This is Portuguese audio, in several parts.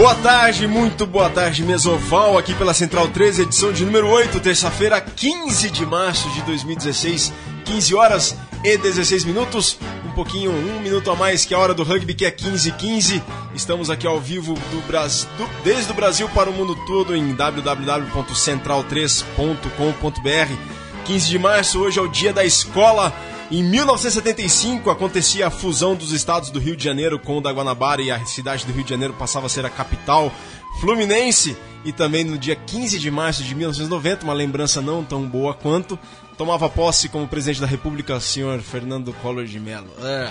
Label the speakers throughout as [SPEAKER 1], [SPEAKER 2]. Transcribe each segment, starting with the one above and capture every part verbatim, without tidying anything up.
[SPEAKER 1] Boa tarde, muito boa tarde, Mesoval, aqui pela Central treze, edição de número oito, terça-feira, quinze de março de dois mil e dezesseis, quinze horas e dezesseis minutos, um pouquinho, um minuto a mais que a hora do rugby, que é quinze e quinze. Estamos aqui ao vivo do Brasil, do, desde o Brasil para o mundo todo em w w w ponto central três ponto com ponto b r. quinze de março, hoje é o dia da escola. Em mil novecentos e setenta e cinco acontecia a fusão dos estados do Rio de Janeiro com o da Guanabara e a cidade do Rio de Janeiro passava a ser a capital fluminense. E também no dia quinze de março de mil novecentos e noventa, uma lembrança não tão boa quanto, tomava posse como presidente da República o senhor Fernando Collor de Mello. Ah.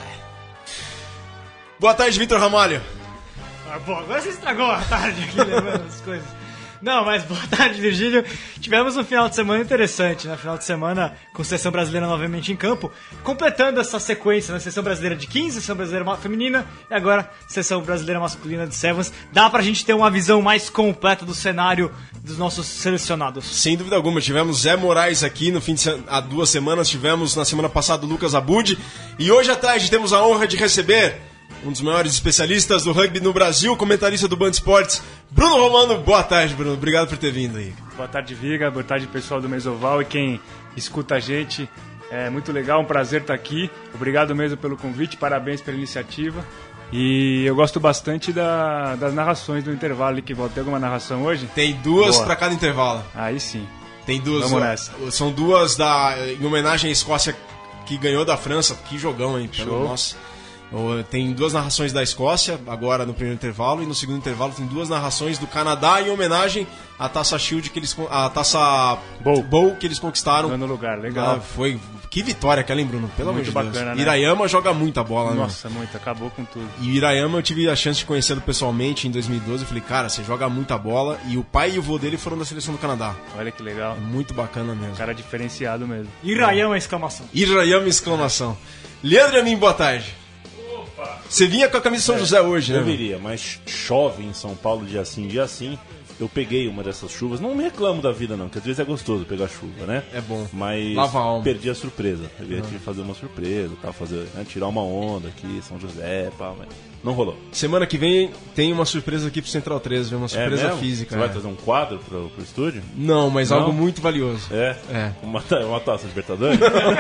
[SPEAKER 1] Boa tarde, Vitor Ramalho.
[SPEAKER 2] Ah, bom, agora você estragou a tarde aqui lembrando as coisas. Não, mas boa tarde, Virgílio. Tivemos um final de semana interessante, né? Final de semana com Seleção Brasileira novamente em campo, completando essa sequência, né? Seleção Brasileira de quinze, Seleção Brasileira Feminina e agora Seleção Brasileira Masculina de Sevens. Dá pra gente ter uma visão mais completa do cenário dos nossos selecionados.
[SPEAKER 1] Sem dúvida alguma, tivemos Zé Moraes aqui no fim de se... há duas semanas, tivemos na semana passada o Lucas Abud e hoje à tarde temos a honra de receber um dos maiores especialistas do rugby no Brasil, comentarista do Band Esportes, Bruno Romano. Boa tarde, Bruno. Obrigado por ter vindo aí.
[SPEAKER 3] Boa tarde, Viga. Boa tarde, pessoal do Mesoval e quem escuta a gente. É muito legal, um prazer estar aqui. Obrigado mesmo pelo convite, parabéns pela iniciativa. E eu gosto bastante da, das narrações do intervalo que volta. Tem alguma narração hoje?
[SPEAKER 1] Tem duas para cada intervalo.
[SPEAKER 3] Aí sim.
[SPEAKER 1] Tem duas.
[SPEAKER 3] Vamos nessa.
[SPEAKER 1] São duas da, em homenagem à Escócia que ganhou da França. Que jogão, hein? Pelo nosso. Tem duas narrações da Escócia, agora no primeiro intervalo, e no segundo intervalo tem duas narrações do Canadá em homenagem à Taça Shield, que eles, a Taça Bowl, Bowl que eles conquistaram.
[SPEAKER 3] No lugar, legal.
[SPEAKER 1] Ah, foi, que vitória aquela, hein, Bruno? Pelo
[SPEAKER 3] muito
[SPEAKER 1] amor de
[SPEAKER 3] bacana,
[SPEAKER 1] Deus.
[SPEAKER 3] Né?
[SPEAKER 1] Irayama joga muita bola,
[SPEAKER 3] Nossa,
[SPEAKER 1] né?
[SPEAKER 3] muito, acabou com tudo.
[SPEAKER 1] E Irayama eu tive a chance de conhecê-lo pessoalmente em dois mil e doze, eu falei, cara, você joga muita bola, e o pai e o vô dele foram da seleção do Canadá.
[SPEAKER 3] Olha que legal.
[SPEAKER 1] É muito bacana mesmo.
[SPEAKER 3] Cara diferenciado mesmo.
[SPEAKER 2] Irayama, exclamação.
[SPEAKER 1] Irayama, exclamação. Leandro Amin, boa tarde. Você vinha com a camisa de São José hoje, né?
[SPEAKER 4] Eu viria, mas chove em São Paulo dia sim, dia sim. Eu peguei uma dessas chuvas. Não me reclamo da vida, não, porque às vezes é gostoso pegar chuva, né?
[SPEAKER 1] É bom.
[SPEAKER 4] Mas
[SPEAKER 1] lava a alma.
[SPEAKER 4] Perdi a surpresa. Eu ia
[SPEAKER 1] uhum.
[SPEAKER 4] fazer uma surpresa, tá? fazer, né? tirar uma onda aqui, São José, pá, mas não rolou.
[SPEAKER 1] Semana que vem tem uma surpresa aqui pro Central treze, uma surpresa
[SPEAKER 4] é
[SPEAKER 1] física.
[SPEAKER 4] Você
[SPEAKER 1] é.
[SPEAKER 4] vai trazer um quadro pro, pro estúdio?
[SPEAKER 1] Não, mas não? Algo muito valioso.
[SPEAKER 4] É?
[SPEAKER 1] É.
[SPEAKER 4] Uma, uma taça de Libertadores?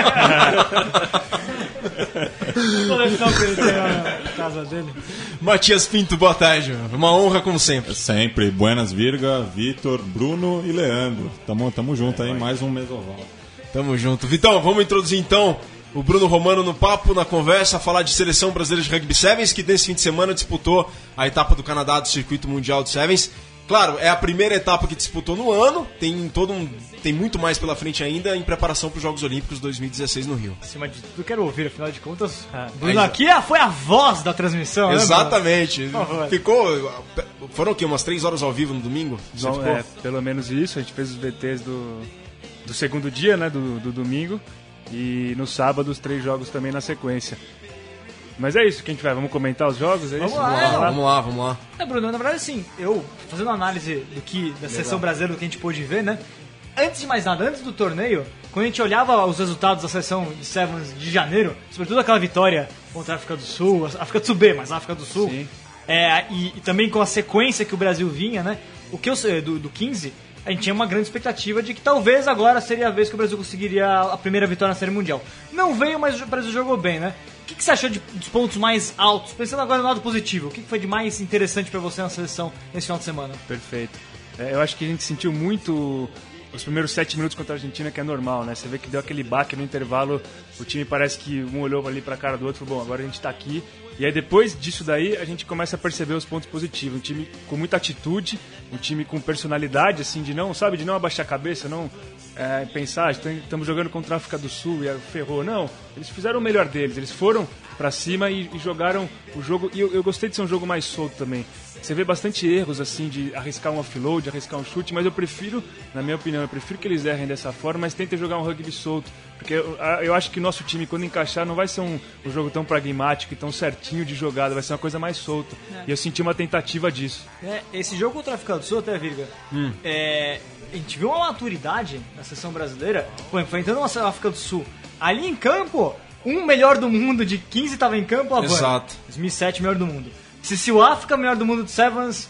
[SPEAKER 2] Coleção que ele tem na casa dele.
[SPEAKER 1] Matias Pinto, boa tarde. Uma honra como sempre.
[SPEAKER 5] Sempre. Buenas Virga, Vitor, Bruno e Leandro. Tamo, tamo junto é, aí, mais um Mesoval.
[SPEAKER 1] Tamo junto. Vitão, vamos introduzir então o Bruno Romano no papo, na conversa, falar de Seleção Brasileira de Rugby Sevens, que nesse fim de semana disputou a etapa do Canadá do Circuito Mundial de Sevens. Claro, é a primeira etapa que disputou no ano, tem todo um, tem muito mais pela frente ainda em preparação para os Jogos Olímpicos dois mil e dezesseis no Rio.
[SPEAKER 2] Acima de tudo, quero ouvir, afinal de contas, ah, Bruno aqui é, foi a voz da transmissão,
[SPEAKER 1] exatamente.
[SPEAKER 2] Né,
[SPEAKER 1] ficou, foram o quê, umas três horas ao vivo no domingo?
[SPEAKER 3] Não, é, pelo menos isso, a gente fez os V Ts do, do segundo dia, né, do, do domingo, e no sábado os três jogos também na sequência. Mas é isso que a gente vai, vamos comentar os jogos, é
[SPEAKER 2] vamos
[SPEAKER 3] isso?
[SPEAKER 2] Lá,
[SPEAKER 3] vamos, lá,
[SPEAKER 1] vamos lá, vamos lá.
[SPEAKER 2] É, Bruno, na verdade assim, eu fazendo análise do que, da seleção brasileira, do que a gente pôde ver, né? Antes de mais nada, antes do torneio, quando a gente olhava os resultados da seleção de Sevens de janeiro, sobretudo aquela vitória contra a África do Sul, a África do Sul B, mas a África do Sul, é, e, e também com a sequência que o Brasil vinha, né? O que eu do, do quinze, a gente tinha uma grande expectativa de que talvez agora seria a vez que o Brasil conseguiria a primeira vitória na Série Mundial. Não veio, mas o Brasil jogou bem, né? O que, que você achou de, dos pontos mais altos? Pensando agora no lado positivo, o que, que foi de mais interessante pra você na seleção nesse final de semana?
[SPEAKER 3] Perfeito. É, eu acho que a gente sentiu muito os primeiros sete minutos contra a Argentina, que é normal, né? Você vê que deu aquele baque no intervalo, o time parece que um olhou ali pra cara do outro e falou, bom, agora a gente tá aqui. E aí depois disso daí a gente começa a perceber os pontos positivos. Um time com muita atitude, um time com personalidade, assim, de não, sabe, de não abaixar a cabeça, não é, pensar, estamos jogando contra a África do Sul e ferrou. Não, eles fizeram o melhor deles, eles foram pra cima e, e jogaram o jogo. E eu, eu gostei de ser um jogo mais solto também. Você vê bastante erros, assim, de arriscar um offload, arriscar um chute, mas eu prefiro, na minha opinião, eu prefiro que eles errem dessa forma, mas tentem jogar um rugby solto. Porque eu, eu acho que nosso time, quando encaixar, não vai ser um, um jogo tão pragmático e tão certinho de jogada, vai ser uma coisa mais solta. É. E eu senti uma tentativa disso.
[SPEAKER 2] É, esse jogo contra a África do Sul, até, Virga, hum. é, a gente viu uma maturidade na seleção brasileira, pô, enfrentando uma África do Sul. Ali em campo, um melhor do mundo de quinze estava em campo, a
[SPEAKER 1] Exato.
[SPEAKER 2] dois mil e sete, melhor do mundo. Se, se o África, melhor do mundo de Sevens,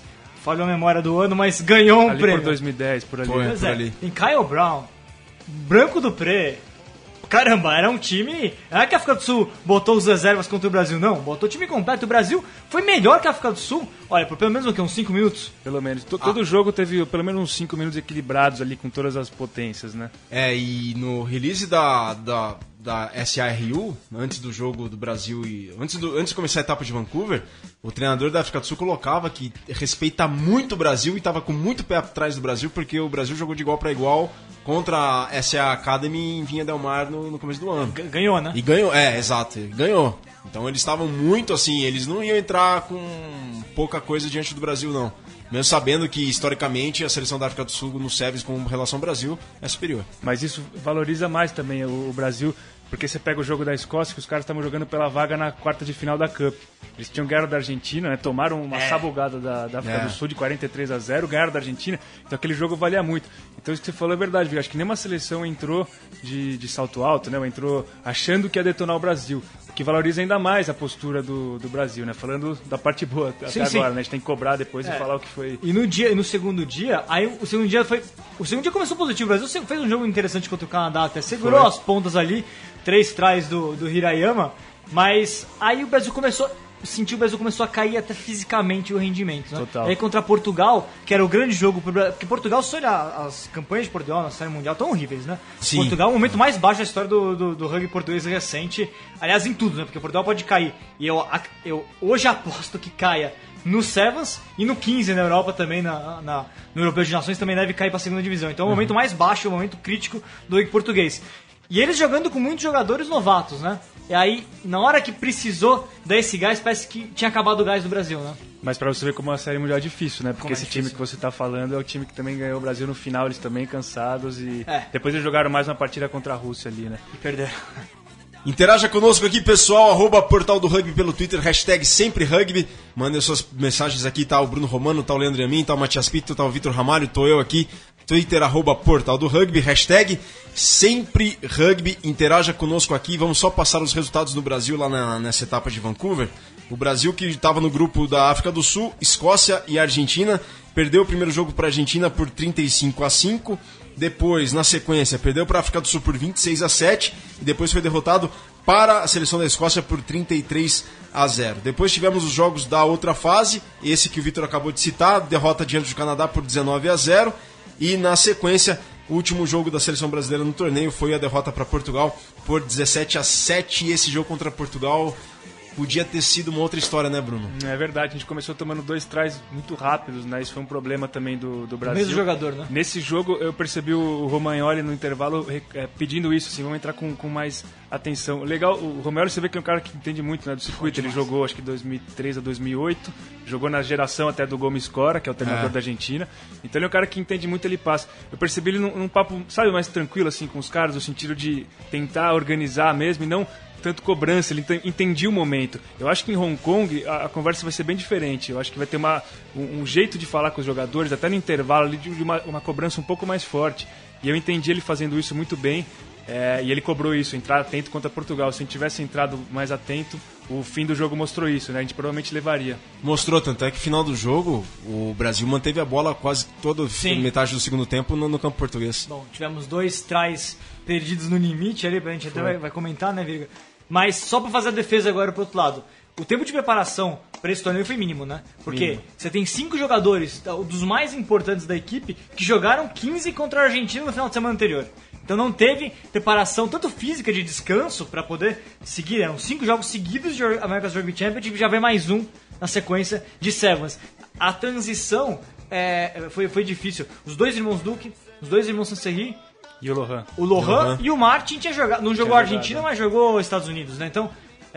[SPEAKER 2] falhou a memória do ano, mas ganhou um
[SPEAKER 3] ali
[SPEAKER 2] prêmio.
[SPEAKER 3] por dois mil e dez, por ali.
[SPEAKER 1] Foi.
[SPEAKER 2] Pois
[SPEAKER 1] por
[SPEAKER 2] é,
[SPEAKER 1] ali.
[SPEAKER 2] em Kyle Brown, Branco Dupré, caramba, era um time... Não é que a África do Sul botou os reservas contra o Brasil, não. Botou o time completo. O Brasil foi melhor que a África do Sul, olha, por pelo menos o que, uns cinco minutos?
[SPEAKER 3] Pelo menos. T- Todo jogo teve pelo menos uns cinco minutos equilibrados ali com todas as potências, né?
[SPEAKER 1] É, e no release da, da, da S A R U, antes do jogo do Brasil e. Antes, do, antes de começar a etapa de Vancouver, o treinador da África do Sul colocava que respeita muito o Brasil e estava com muito pé atrás do Brasil, porque o Brasil jogou de igual para igual contra a S A Academy em Vinha Del Mar no, no começo do ano.
[SPEAKER 2] G- ganhou, né?
[SPEAKER 1] E ganhou, é, exato, ganhou. Então eles estavam muito assim, eles não iam entrar com pouca coisa diante do Brasil, não. Mesmo sabendo que, historicamente, a seleção da África do Sul no Sevens com relação ao Brasil é superior.
[SPEAKER 3] Mas isso valoriza mais também o, o Brasil, porque você pega o jogo da Escócia, que os caras estavam jogando pela vaga na quarta de final da Cup. Eles tinham ganhado da Argentina, né? Tomaram uma
[SPEAKER 2] É.
[SPEAKER 3] sabugada da, da África
[SPEAKER 1] É.
[SPEAKER 3] do Sul de quarenta e três a zero, ganharam da Argentina, então aquele jogo valia muito. Então isso que você falou é verdade, viu? Acho que nenhuma seleção entrou de, de salto alto, né? Ou entrou achando que ia detonar o Brasil. O que valoriza ainda mais a postura do, do Brasil, né? Falando da parte boa até
[SPEAKER 2] Sim,
[SPEAKER 3] agora,
[SPEAKER 2] sim.
[SPEAKER 3] né? A gente tem que cobrar depois
[SPEAKER 2] É.
[SPEAKER 3] e falar o que foi.
[SPEAKER 2] E no dia, e no segundo dia, aí o segundo dia foi. O segundo dia começou positivo. O Brasil fez um jogo interessante contra o Canadá, até segurou
[SPEAKER 3] Foi.
[SPEAKER 2] as pontas ali, três trás do, do Hirayama, mas aí o Brasil começou. Sentiu o Brasil começou a cair até fisicamente o rendimento. Né?
[SPEAKER 3] Total.
[SPEAKER 2] Aí contra Portugal, que era o grande jogo pro Brasil. Porque Portugal, se olhar as campanhas de Portugal na série mundial, tão horríveis, né?
[SPEAKER 1] Sim.
[SPEAKER 2] Portugal é o momento mais baixo da história do, do, do rugby português recente. Aliás, em tudo, né? Porque Portugal pode cair. E eu, eu hoje aposto que caia no Sevens e no quinze na Europa também, na, na, no Europeu de Nações também deve cair para a segunda divisão. Então é o momento mais baixo, é o momento crítico do rugby português. E eles jogando com muitos jogadores novatos, né? E aí, na hora que precisou dar esse gás, parece que tinha acabado o gás do Brasil, né?
[SPEAKER 3] Mas pra você ver como a série mundial é difícil, né? Porque
[SPEAKER 2] Como é
[SPEAKER 3] esse
[SPEAKER 2] difícil.
[SPEAKER 3] time que você tá falando é o time que também ganhou o Brasil no final, eles também cansados e
[SPEAKER 2] É.
[SPEAKER 3] depois eles jogaram mais uma partida contra a Rússia ali, né?
[SPEAKER 2] E perderam.
[SPEAKER 1] Interaja conosco aqui, pessoal, arroba Portal do Rugby pelo Twitter, hashtag sempre rugby. Mandem suas mensagens aqui, tá o Bruno Romano, tá o Leandro Yamin, tá o Matias Pinto, tá o Vitor Ramalho, tô eu aqui. Twitter, arroba Portal do Rugby, hashtag sempre rugby. Interaja conosco aqui, vamos só passar os resultados do Brasil lá na, nessa etapa de Vancouver. O Brasil, que estava no grupo da África do Sul, Escócia e Argentina, perdeu o primeiro jogo para a Argentina por trinta e cinco a cinco. Depois, na sequência, perdeu para a África do Sul por vinte e seis a sete e depois foi derrotado para a seleção da Escócia por trinta e três a zero. Depois tivemos os jogos da outra fase, esse que o Vitor acabou de citar, derrota diante do Canadá por dezenove a zero. E na sequência, o último jogo da seleção brasileira no torneio foi a derrota para Portugal por dezessete a sete. E esse jogo contra Portugal podia ter sido uma outra história, né, Bruno?
[SPEAKER 3] É verdade, a gente começou tomando dois tries muito rápidos, né? Isso foi um problema também do, do Brasil.
[SPEAKER 2] Mesmo jogador, né?
[SPEAKER 3] Nesse jogo eu percebi o Romagnoli no intervalo é, pedindo isso, assim, vamos entrar com, com mais atenção. Legal, o Romagnoli você vê que é um cara que entende muito, né, do circuito. Ele jogou acho que dois mil e três a dois mil e oito, jogou na geração até do Gomes Cora, que é o treinador
[SPEAKER 1] É.
[SPEAKER 3] da Argentina. Então ele é um cara que entende muito, ele passa. Eu percebi ele num, num papo, sabe, mais tranquilo assim com os caras, no sentido de tentar organizar mesmo e não tanto cobrança, ele enten- entendia o momento. Eu acho que em Hong Kong a, a conversa vai ser bem diferente. Eu acho que vai ter uma, um, um jeito de falar com os jogadores, até no intervalo, ali, de de uma, uma cobrança um pouco mais forte. E eu entendi ele fazendo isso muito bem. É, e ele cobrou isso, entrar atento contra Portugal. Se a gente tivesse entrado mais atento, o fim do jogo mostrou isso, né? A gente provavelmente levaria.
[SPEAKER 1] Mostrou, tanto é que no final do jogo, o Brasil manteve a bola quase toda
[SPEAKER 2] Sim.
[SPEAKER 1] metade do segundo tempo no, no campo português.
[SPEAKER 2] Bom, tivemos dois tries perdidos no limite ali, a gente até vai, vai comentar, né, Virga? Mas só pra fazer a defesa agora pro outro lado. O tempo de preparação para esse torneio foi mínimo, né? Porque
[SPEAKER 3] Mínimo.
[SPEAKER 2] você tem cinco jogadores, dos mais importantes da equipe, que jogaram quinze contra a Argentina no final de semana anterior. Então não teve preparação tanto física de descanso para poder seguir. Eram cinco jogos seguidos de America's Rugby Championship e já vem mais um na sequência de Sevens. A transição é, foi, foi difícil. Os dois irmãos Duque, os dois irmãos Sancerri,
[SPEAKER 3] E o Lohan?
[SPEAKER 2] o Lohan
[SPEAKER 1] Lohan.
[SPEAKER 2] e o Martin tinha jogado, não jogou
[SPEAKER 3] Tinha
[SPEAKER 2] a Argentina,
[SPEAKER 3] jogado.
[SPEAKER 2] mas jogou os Estados Unidos, né? Então,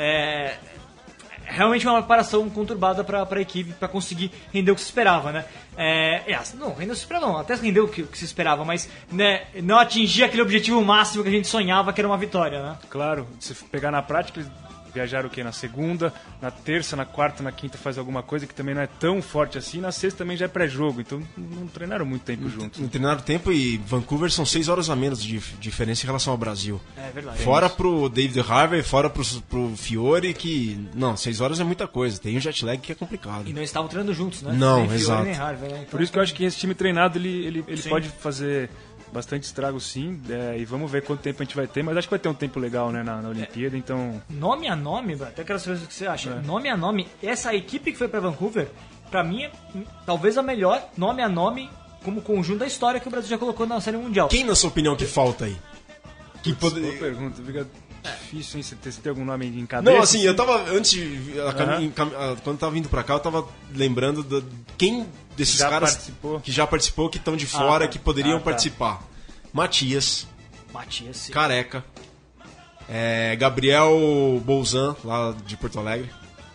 [SPEAKER 2] é realmente uma preparação conturbada para a equipe para conseguir render o que se esperava, né? É, é, não, render o que se esperava não, até rendeu o que, o que se esperava, mas né, não atingir aquele objetivo máximo que a gente sonhava, que era uma vitória, né?
[SPEAKER 3] Claro, se pegar na prática, eles viajaram o quê? Na segunda, na terça, na quarta, na quinta faz alguma coisa que também não é tão forte assim, na sexta também já é pré-jogo, então não treinaram muito tempo juntos.
[SPEAKER 1] Não treinaram tempo e Vancouver são seis horas a menos de diferença em relação ao Brasil.
[SPEAKER 2] É verdade.
[SPEAKER 1] Fora pro David Harvey, fora pro, pro Fiore, que... Não, seis horas é muita coisa. Tem um jet lag que é complicado.
[SPEAKER 2] E não estavam treinando juntos, né?
[SPEAKER 1] Não,
[SPEAKER 2] nem Fiore,
[SPEAKER 1] exato.
[SPEAKER 2] nem Harvey, né? Então,
[SPEAKER 3] Por isso que eu acho que esse time treinado, ele, ele, ele
[SPEAKER 2] Sim.
[SPEAKER 3] pode fazer bastante estrago sim, é, e vamos ver quanto tempo a gente vai ter, mas acho que vai ter um tempo legal, né, na, na Olimpíada, então...
[SPEAKER 2] Nome a nome, até quero saber o que você acha. É. Nome a nome, essa equipe que foi pra Vancouver, pra mim é talvez a melhor nome a nome como conjunto da história que o Brasil já colocou na Série Mundial.
[SPEAKER 1] Quem, na sua opinião, que falta aí? Que
[SPEAKER 3] Putz,
[SPEAKER 1] pode...
[SPEAKER 3] boa pergunta, fica difícil, hein, você tem, você tem algum nome em cabeça?
[SPEAKER 1] Não, assim, eu tava, antes, de- a cam-
[SPEAKER 3] Aham.
[SPEAKER 1] em cam- a- quando eu tava vindo pra cá, eu tava lembrando de quem desses
[SPEAKER 3] Já
[SPEAKER 1] caras
[SPEAKER 3] participou?
[SPEAKER 1] que já participou, que estão de fora,
[SPEAKER 2] tá.
[SPEAKER 1] que poderiam
[SPEAKER 3] Ah, tá.
[SPEAKER 1] participar. Matias,
[SPEAKER 2] Matias, sim.
[SPEAKER 1] Careca, é, Gabriel Bolzan, lá de Porto Alegre,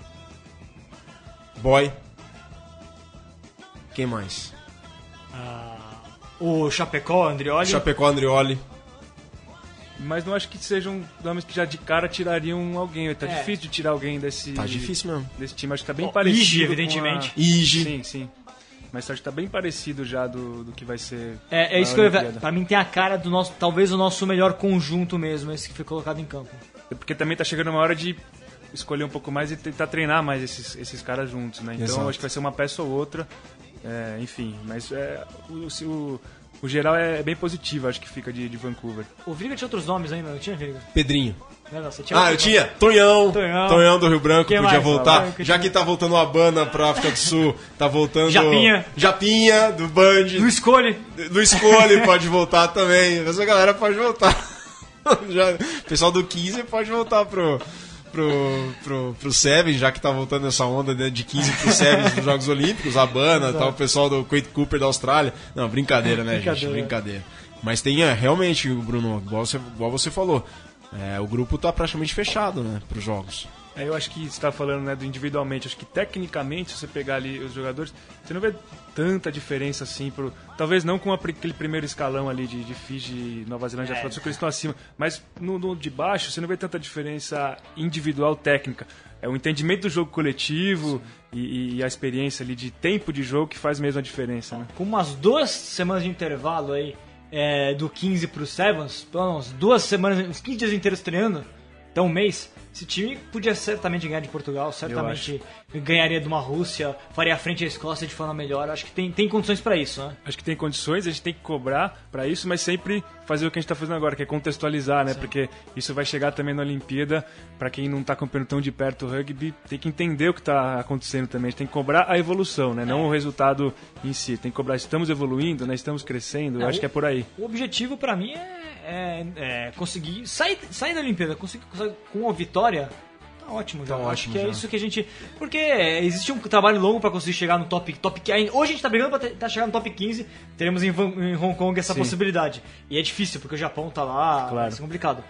[SPEAKER 1] Boy, quem mais?
[SPEAKER 2] O Chapecó, Andrioli.
[SPEAKER 1] Chapecó, Andrioli.
[SPEAKER 3] Mas não acho que sejam nomes que já de cara tirariam alguém, tá
[SPEAKER 2] É.
[SPEAKER 3] difícil de tirar alguém desse...
[SPEAKER 1] Tá difícil mesmo.
[SPEAKER 3] Desse time, acho que tá bem
[SPEAKER 2] Bom,
[SPEAKER 3] parecido
[SPEAKER 2] Ige,
[SPEAKER 3] com
[SPEAKER 2] evidentemente.
[SPEAKER 3] a-
[SPEAKER 1] Ige.
[SPEAKER 3] Sim, sim. Mas acho que tá bem parecido já do, do que vai ser...
[SPEAKER 2] É, é
[SPEAKER 3] a
[SPEAKER 2] isso que eu ia ver.
[SPEAKER 3] Olimpíada.
[SPEAKER 2] Pra mim tem a cara do nosso, talvez o nosso melhor conjunto mesmo, esse que foi colocado em campo.
[SPEAKER 3] É porque também tá chegando uma hora de escolher um pouco mais e tentar treinar mais esses, esses caras juntos, né? Então
[SPEAKER 1] Exato.
[SPEAKER 3] acho que vai ser uma peça ou outra, é, enfim. Mas é, o, o, o geral é bem positivo, acho que fica de, de Vancouver.
[SPEAKER 2] O Virga tinha outros nomes ainda, não tinha, Virga?
[SPEAKER 1] Pedrinho.
[SPEAKER 2] Não, não, você tinha
[SPEAKER 1] Ah, eu
[SPEAKER 2] outro
[SPEAKER 1] tinha. Tonhão.
[SPEAKER 2] Tonhão.
[SPEAKER 1] Tonhão do Rio Branco,
[SPEAKER 2] Quem
[SPEAKER 1] podia
[SPEAKER 2] mais?
[SPEAKER 1] voltar.
[SPEAKER 2] Vai, que
[SPEAKER 1] Já
[SPEAKER 2] tinha-
[SPEAKER 1] que tá voltando a Habana pra África do Sul, tá voltando...
[SPEAKER 2] Japinha.
[SPEAKER 1] Japinha, do Band.
[SPEAKER 2] nome. No Escolhe.
[SPEAKER 1] Do Escolhe pode voltar também. Essa galera pode voltar. Já, o pessoal do quinze pode voltar pro... Pro, pro, pro Sevens, já que tá voltando essa onda né, de quinze pro Sevens dos Jogos Olímpicos, a Habana, tá, o pessoal do Quade Cooper da Austrália. Não, brincadeira, né, gente?
[SPEAKER 2] Brincadeira.
[SPEAKER 1] Brincadeira. Mas tem é, realmente, Bruno, igual você, igual você falou, é, o grupo tá praticamente fechado, né, pros jogos.
[SPEAKER 3] É, eu acho que você está falando né, do individualmente. Acho que tecnicamente, se você pegar ali os jogadores, você não vê tanta diferença assim. Pro, talvez não com aquele primeiro escalão ali de, de Fiji, Nova Zelândia, é. Só que eles estão acima. Mas no, no de baixo, você não vê tanta diferença individual técnica. É o entendimento do jogo coletivo e, e a experiência ali de tempo de jogo que faz mesmo a diferença. Né?
[SPEAKER 2] Com umas duas semanas de intervalo aí, é, do quinze pro Sevens, então, umas duas semanas, uns quinze dias inteiros treinando, então um mês, esse time podia certamente ganhar de Portugal, certamente ganharia de uma Rússia, faria a frente à Escócia de forma melhor. Acho que tem, tem condições para isso, né?
[SPEAKER 3] Acho que tem condições, a gente tem que cobrar para isso, mas sempre fazer o que a gente está fazendo agora, que é contextualizar, né? Sim. Porque isso vai chegar também na Olimpíada. Para quem não está acompanhando tão de perto o rugby, tem que entender o que está acontecendo também. A gente tem que cobrar a evolução, né? Não é. o resultado em si. Tem que cobrar, estamos evoluindo, né? Estamos crescendo. É, acho
[SPEAKER 2] o,
[SPEAKER 3] que é por aí.
[SPEAKER 2] O objetivo para mim é, é, é conseguir sair, sair da Olimpíada, conseguir, conseguir com uma vitória. Tá ótimo já.
[SPEAKER 1] Tá
[SPEAKER 2] Acho
[SPEAKER 1] ótimo
[SPEAKER 2] que
[SPEAKER 1] já.
[SPEAKER 2] é isso que a gente. Porque existe um trabalho longo para conseguir chegar no top, top quinze. Hoje a gente tá brigando pra tá chegar no top quinze. Teremos em, Van- em Hong Kong essa
[SPEAKER 3] Sim.
[SPEAKER 2] possibilidade. E é difícil, porque o Japão tá lá,
[SPEAKER 3] Claro.
[SPEAKER 2] vai ser complicado.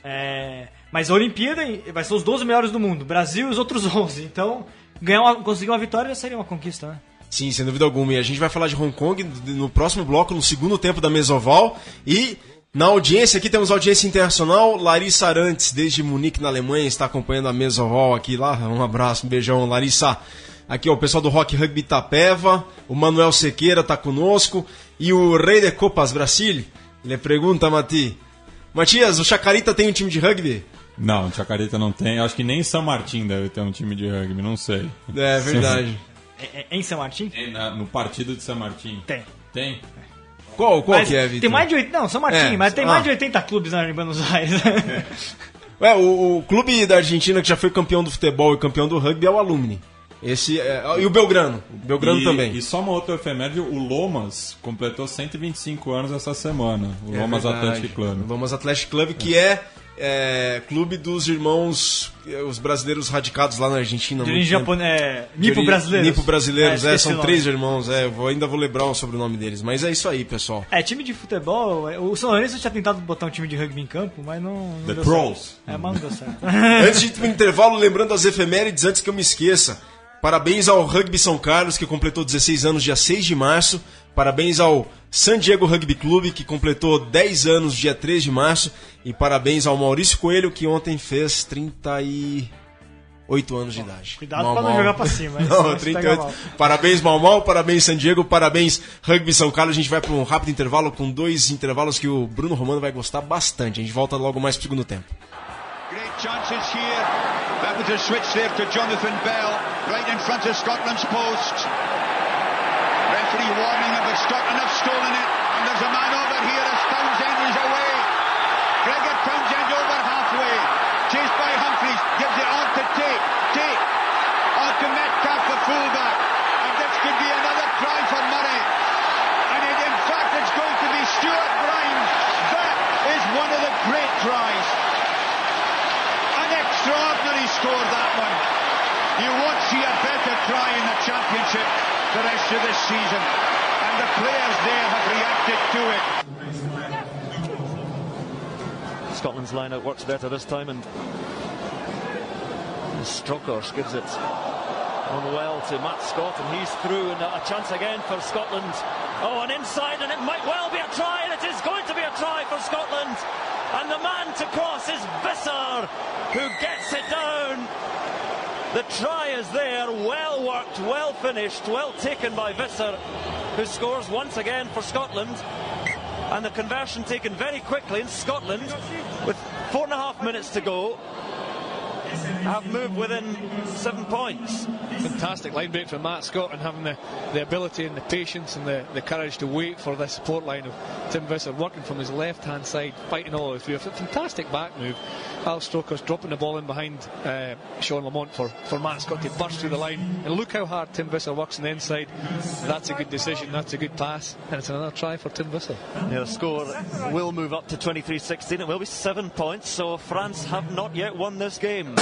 [SPEAKER 2] É, mas a Olimpíada vai ser os doze melhores do mundo. Brasil e os outros onze. Então, ganhar uma, conseguir uma vitória já seria uma conquista, né?
[SPEAKER 1] Sim, sem dúvida alguma. E a gente vai falar de Hong Kong no próximo bloco, no segundo tempo da Mesoval. E na audiência aqui temos audiência internacional. Larissa Arantes, desde Munique, na Alemanha, está acompanhando a Mesoval aqui lá. Um abraço, um beijão, Larissa. Aqui, ó, o pessoal do Rock Rugby Itapeva. O Manuel Sequeira está conosco. E o Rei de Copas Brasil. Ele pergunta, Mati. Matias, o Chacarita tem um time de rugby?
[SPEAKER 5] Não, Chacarita não tem. Acho que nem São Martin deve ter um time de rugby, não sei.
[SPEAKER 1] É verdade.
[SPEAKER 2] É, é em São Martin?
[SPEAKER 5] É na- no partido de São Martin.
[SPEAKER 2] Tem.
[SPEAKER 5] Tem?
[SPEAKER 1] Qual, qual
[SPEAKER 2] Mas
[SPEAKER 1] que é, Vitor?
[SPEAKER 2] tem mais de oitenta. Não, São Martin,
[SPEAKER 1] É,
[SPEAKER 2] mas tem
[SPEAKER 1] ah.
[SPEAKER 2] mais de oitenta clubes na em Buenos Aires.
[SPEAKER 1] Ué, o, o clube da Argentina que já foi campeão do futebol e campeão do rugby é o Alumni. Esse é, e o Belgrano. O Belgrano
[SPEAKER 5] e,
[SPEAKER 1] também.
[SPEAKER 5] E só uma outra efeméride, o Lomas completou cento e vinte e cinco anos essa semana. O
[SPEAKER 1] É
[SPEAKER 5] Lomas
[SPEAKER 1] verdade.
[SPEAKER 5] Athletic Club.
[SPEAKER 1] O Lomas Athletic Club, que é, é clube dos irmãos, é, os brasileiros radicados lá na Argentina.
[SPEAKER 2] De
[SPEAKER 1] há
[SPEAKER 2] origem
[SPEAKER 1] muito tempo.
[SPEAKER 2] japonesa. É,
[SPEAKER 1] De
[SPEAKER 2] Nipo
[SPEAKER 1] ori-
[SPEAKER 2] brasileiros.
[SPEAKER 1] Nipo brasileiros,
[SPEAKER 2] É,
[SPEAKER 1] é,
[SPEAKER 2] esqueci
[SPEAKER 1] são
[SPEAKER 2] o nome.
[SPEAKER 1] três irmãos, é, eu vou, ainda vou lembrar o sobrenome deles. Mas é isso aí, pessoal.
[SPEAKER 2] É, time de futebol. é, O São Lourenço tinha tentado botar um time de rugby em campo, mas não, não
[SPEAKER 5] The
[SPEAKER 2] deu
[SPEAKER 5] Pros.
[SPEAKER 2] certo. É, mas não deu certo.
[SPEAKER 1] Antes de ir pro intervalo, lembrando as efemérides, antes que eu me esqueça. Parabéns ao Rugby São Carlos, que completou dezesseis anos dia seis de março. Parabéns ao San Diego Rugby Clube, que completou dez anos dia três de março. E parabéns ao Maurício Coelho, que ontem fez trinta e oito anos de idade.
[SPEAKER 2] Cuidado
[SPEAKER 1] Mal,
[SPEAKER 2] pra não
[SPEAKER 1] mal.
[SPEAKER 2] jogar pra cima. hein?
[SPEAKER 1] Não,
[SPEAKER 2] Senão você
[SPEAKER 1] trinta e
[SPEAKER 2] pega
[SPEAKER 1] oito.
[SPEAKER 2] mal.
[SPEAKER 1] Parabéns, Mal Mal, parabéns, San Diego, parabéns, Rugby São Carlos. A gente vai para um rápido intervalo com dois intervalos que o Bruno Romano vai gostar bastante. A gente volta logo mais pro segundo tempo.
[SPEAKER 6] Great chances here. That was a switch there to Jonathan Bell, right in front of Scotland's post. Referee warning him, but Scotland have stolen it. And there's a man over here as Townsend is away. Gregor Townsend over halfway. Chased by Humphreys, gives it on to Tate. Tate on to Metcalf, the fullback. And this could be another try for Murray. And it, in fact, it's going to be Stuart Grimes. That is one of the great tries. An extraordinary score, that one. You won't see a better try in the championship the rest of this season. And the players there have reacted to it.
[SPEAKER 7] Scotland's line-out works better this time, and Strokos gives it on well to Matt Scott, and he's through, and a chance again for Scotland. Oh, and inside, and it might well be a try, and it is going to be a try for Scotland. And the man to cross is Visser, who gets it down. The try is there, well worked, well finished, well taken by Visser, who scores once again for Scotland. And the conversion taken very quickly in Scotland, with four and a half minutes to go, have moved within seven points.
[SPEAKER 8] Fantastic line break from Matt Scott, and having the, the ability and the patience and the, the courage to wait for the support line of Tim Visser, working from his left hand side, fighting all the way through. A fantastic back move. Al Strokos dropping the ball in behind uh, Sean Lamont for, for Matt Scott to burst through the line. And look how hard Tim Visser works on the inside. That's a good decision, that's a good pass, and it's another try for Tim Visser.
[SPEAKER 7] Yeah, the score will move up to twenty-three sixteen. It will be seven points, so France have not yet won this game.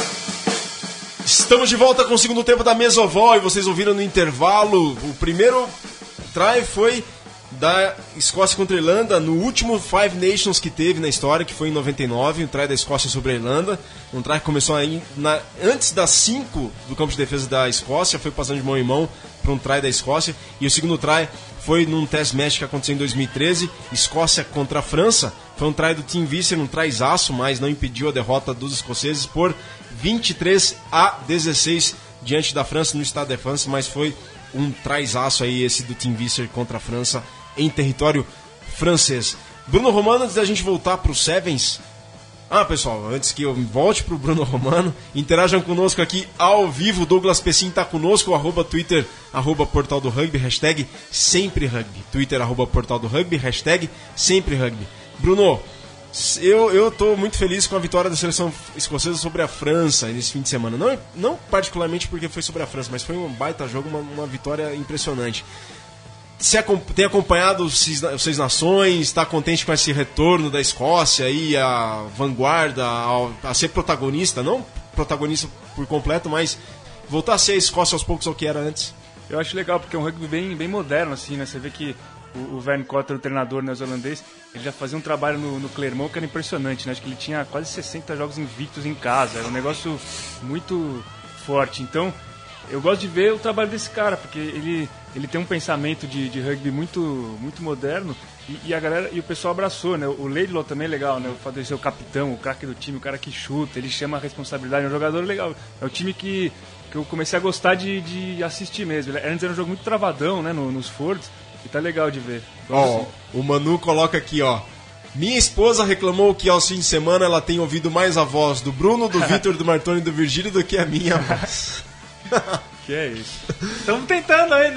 [SPEAKER 1] Estamos de volta com o segundo tempo da Mesoval e vocês ouviram no intervalo. O primeiro try foi da Escócia contra a Irlanda no último Five Nations que teve na história, que foi em noventa e nove, um try da Escócia sobre a Irlanda. Um try que começou aí na, antes das cinco do campo de defesa da Escócia, foi passando de mão em mão para um try da Escócia. E o segundo try foi num test match que aconteceu em dois mil e treze, Escócia contra a França. Foi um try do Tim Visser, um tryzaço, mas não impediu a derrota dos escoceses por vinte e três a dezesseis diante da França no Stade de France, mas foi um tryzaço aí esse do Tim Visser contra a França em território francês. Bruno Romano, antes da gente voltar para o Sevens... Ah, pessoal, antes que eu volte para o Bruno Romano, interajam conosco aqui ao vivo. Douglas Pessim está conosco, arroba Twitter, arroba Portal do Rugby, hashtag sempre rugby. Twitter, arroba Portal do Rugby, hashtag sempre rugby. Bruno, eu, eu tô muito feliz com a vitória da seleção escocesa sobre a França nesse fim de semana. Não, não particularmente porque foi sobre a França, mas foi um baita jogo, uma, uma vitória impressionante. Você tem acompanhado os Seis, os Seis Nações, está contente com esse retorno da Escócia e a vanguarda a, a ser protagonista, não protagonista por completo, mas voltar a ser a Escócia aos poucos ao que era antes?
[SPEAKER 3] Eu acho legal, porque é um rugby bem, bem moderno, assim, né? Você vê que o, o Vern Cotter, o treinador neozelandês, ele já fazia um trabalho no, no Clermont que era impressionante, né? Acho que ele tinha quase sessenta jogos invictos em casa, era um negócio muito forte. Então, eu gosto de ver o trabalho desse cara, porque ele, ele tem um pensamento de, de rugby muito, muito moderno e, e a galera e o pessoal abraçou, né? O Laidlaw também é legal, né? O fato de ser o capitão, o craque do time, o cara que chuta, ele chama a responsabilidade, é um jogador legal. É o time que, que eu comecei a gostar de, de assistir mesmo. Antes era um jogo muito travadão, né? No, nos Fords, e tá legal de ver.
[SPEAKER 1] Ó, assim. O Manu coloca aqui, ó. Minha esposa reclamou que aos fins de semana ela tem ouvido mais a voz do Bruno, do Vitor, do Martoni e do Virgílio do que a minha voz.
[SPEAKER 3] Que é isso?
[SPEAKER 2] Estamos tentando aí, né?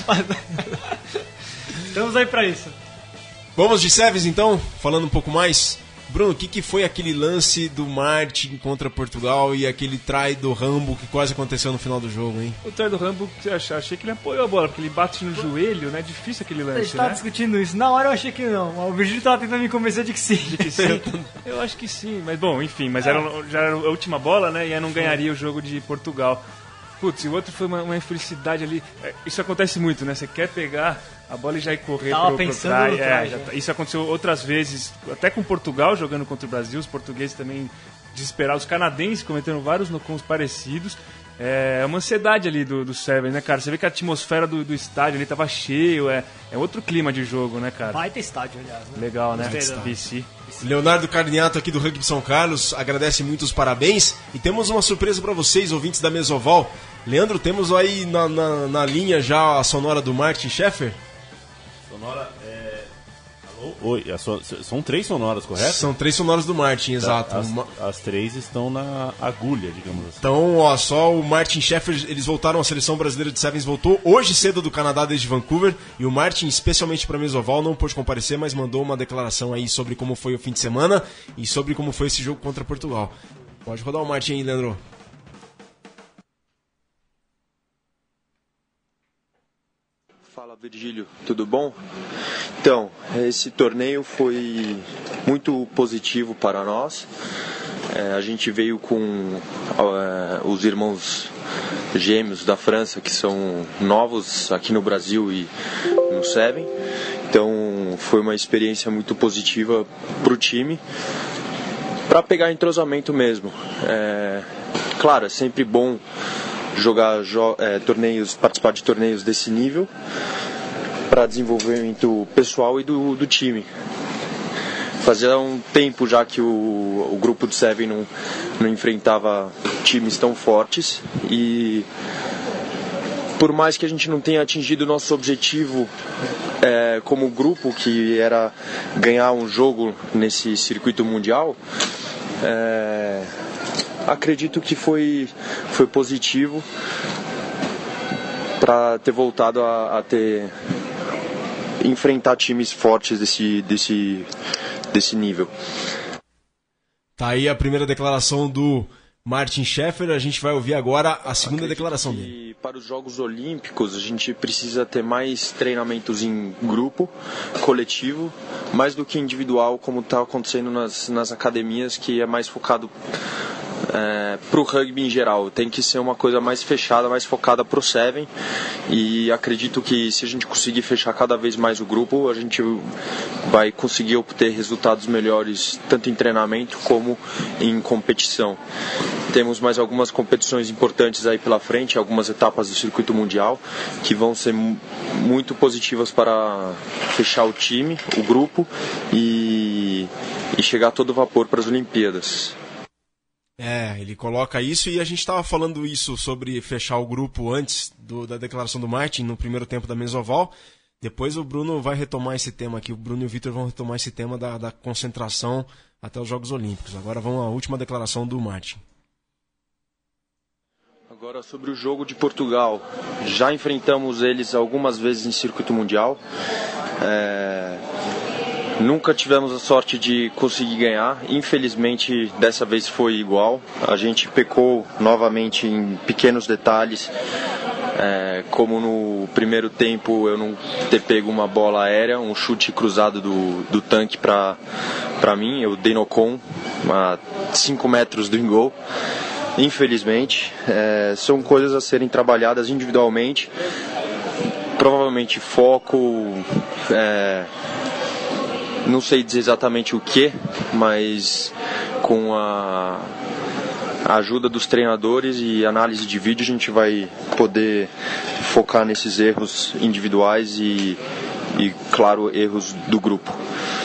[SPEAKER 2] Estamos aí pra isso.
[SPEAKER 1] Vamos de Sevens então, falando um pouco mais. Bruno, o que, que foi aquele lance do Martin contra Portugal e aquele try do Rambo que quase aconteceu no final do jogo, hein?
[SPEAKER 3] O try do Rambo, eu achei que ele apoiou a bola, porque ele bate no joelho, né? Difícil aquele lance,
[SPEAKER 2] A gente tava
[SPEAKER 3] né?
[SPEAKER 2] discutindo isso. Na hora eu achei que não. O Virgílio tava tentando me convencer de que sim.
[SPEAKER 3] De que sim. Eu acho que sim, mas bom, enfim, mas era, já era a última bola, né? E aí não ganharia o jogo de Portugal. Putz, e o outro foi uma, uma infelicidade ali. Isso acontece muito, né? Você quer pegar a bola e já ir correr
[SPEAKER 2] Tava
[SPEAKER 3] pro,
[SPEAKER 2] pensando
[SPEAKER 3] pro try.
[SPEAKER 2] no try,
[SPEAKER 3] É,
[SPEAKER 2] já.
[SPEAKER 3] já tá. Isso aconteceu outras vezes, até com Portugal jogando contra o Brasil, os portugueses também desesperados, os canadenses cometendo vários no-cons parecidos. É uma ansiedade ali do, do Seven, né, cara? Você vê que a atmosfera do, do estádio ali tava cheio, é, é outro clima de jogo, né, cara?
[SPEAKER 2] Vai ter estádio, aliás. Né?
[SPEAKER 3] Legal, né?
[SPEAKER 2] Gostei da-
[SPEAKER 3] V C.
[SPEAKER 1] Leonardo Carniato aqui do Rugby São Carlos agradece muito os parabéns e temos uma surpresa para vocês, ouvintes da Mesoval. Leandro, temos aí na, na, na linha já a sonora do Martin Scheffer?
[SPEAKER 4] Sonora é... Alô? Oi, a so- são três sonoras, correto?
[SPEAKER 1] São três sonoras do Martin, exato.
[SPEAKER 4] As,
[SPEAKER 1] Uma-
[SPEAKER 4] as três estão na agulha, digamos assim.
[SPEAKER 1] Então, ó, só o Martin Scheffer, eles voltaram, a seleção brasileira de Sevens voltou hoje cedo do Canadá desde Vancouver, e o Martin, especialmente para Mesoval, não pôde comparecer, mas mandou uma declaração aí sobre como foi o fim de semana e sobre como foi esse jogo contra Portugal. Pode rodar o Martin aí, Leandro.
[SPEAKER 9] Fala, Virgílio, tudo bom? Então, esse torneio foi muito positivo para nós. É, a gente veio com é, os irmãos gêmeos da França, que são novos aqui no Brasil e no Seven. Então, foi uma experiência muito positiva para o time, para pegar entrosamento mesmo. É, claro, é sempre bom jogar jo- é, torneios, participar de torneios desse nível para desenvolvimento pessoal e do, do time. Fazia um tempo já que o, o grupo do Seven não, não enfrentava times tão fortes e por mais que a gente não tenha atingido o nosso objetivo é, como grupo, que era ganhar um jogo nesse circuito mundial, é, acredito que foi, foi positivo para ter voltado a, a ter enfrentar times fortes desse, desse, desse nível.
[SPEAKER 1] Tá aí a primeira declaração do Martin Scheffer, a gente vai ouvir agora a segunda
[SPEAKER 9] Acredito
[SPEAKER 1] declaração
[SPEAKER 9] que
[SPEAKER 1] dele.
[SPEAKER 9] Para os Jogos Olímpicos a gente precisa ter mais treinamentos em grupo, coletivo, mais do que individual, como está acontecendo nas, nas academias, que é mais focado é, para o rugby em geral. Tem que ser uma coisa mais fechada, mais focada para o Seven, e acredito que se a gente conseguir fechar cada vez mais o grupo, a gente vai conseguir obter resultados melhores tanto em treinamento como em competição. Temos mais algumas competições importantes aí pela frente, algumas etapas do circuito mundial, que vão ser muito positivas para fechar o time, o grupo, e, e chegar a todo vapor para as Olimpíadas.
[SPEAKER 1] É, ele coloca isso e a gente estava falando isso sobre fechar o grupo antes do, da declaração do Martin, no primeiro tempo da Mesoval. Depois o Bruno vai retomar esse tema aqui, o Bruno e o Vitor vão retomar esse tema da, da concentração até os Jogos Olímpicos. Agora vamos à última declaração do Martin.
[SPEAKER 9] Agora sobre o jogo de Portugal. Já enfrentamos eles algumas vezes em circuito mundial. É... Nunca tivemos a sorte de conseguir ganhar. Infelizmente, dessa vez foi igual. A gente pecou novamente em pequenos detalhes, é, como no primeiro tempo eu não ter pego uma bola aérea, um chute cruzado do, do tanque para para mim. Eu dei no com a cinco metros do gol. Infelizmente, é, são coisas a serem trabalhadas individualmente. Provavelmente foco... É, não sei dizer exatamente o que, mas com a ajuda dos treinadores e análise de vídeo a gente vai poder focar nesses erros individuais e, e claro, erros do grupo.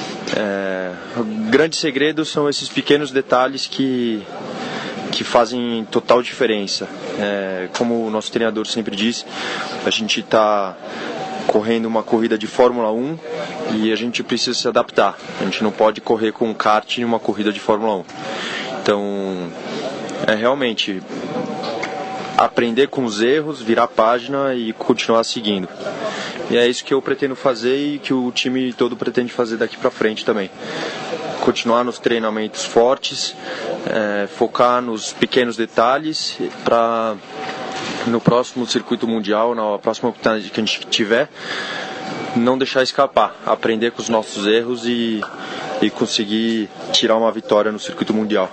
[SPEAKER 9] É, o grande segredo são esses pequenos detalhes que, que fazem total diferença. É, como o nosso treinador sempre diz, a gente está correndo uma corrida de Fórmula um e a gente precisa se adaptar. A gente não pode correr com um kart em uma corrida de Fórmula um. Então, é realmente aprender com os erros, virar a página e continuar seguindo. E é isso que eu pretendo fazer e que o time todo pretende fazer daqui para frente também. Continuar nos treinamentos fortes, é, focar nos pequenos detalhes para no próximo circuito mundial, na próxima oportunidade que a gente tiver, não deixar escapar, aprender com os nossos erros e, e conseguir tirar uma vitória no circuito mundial.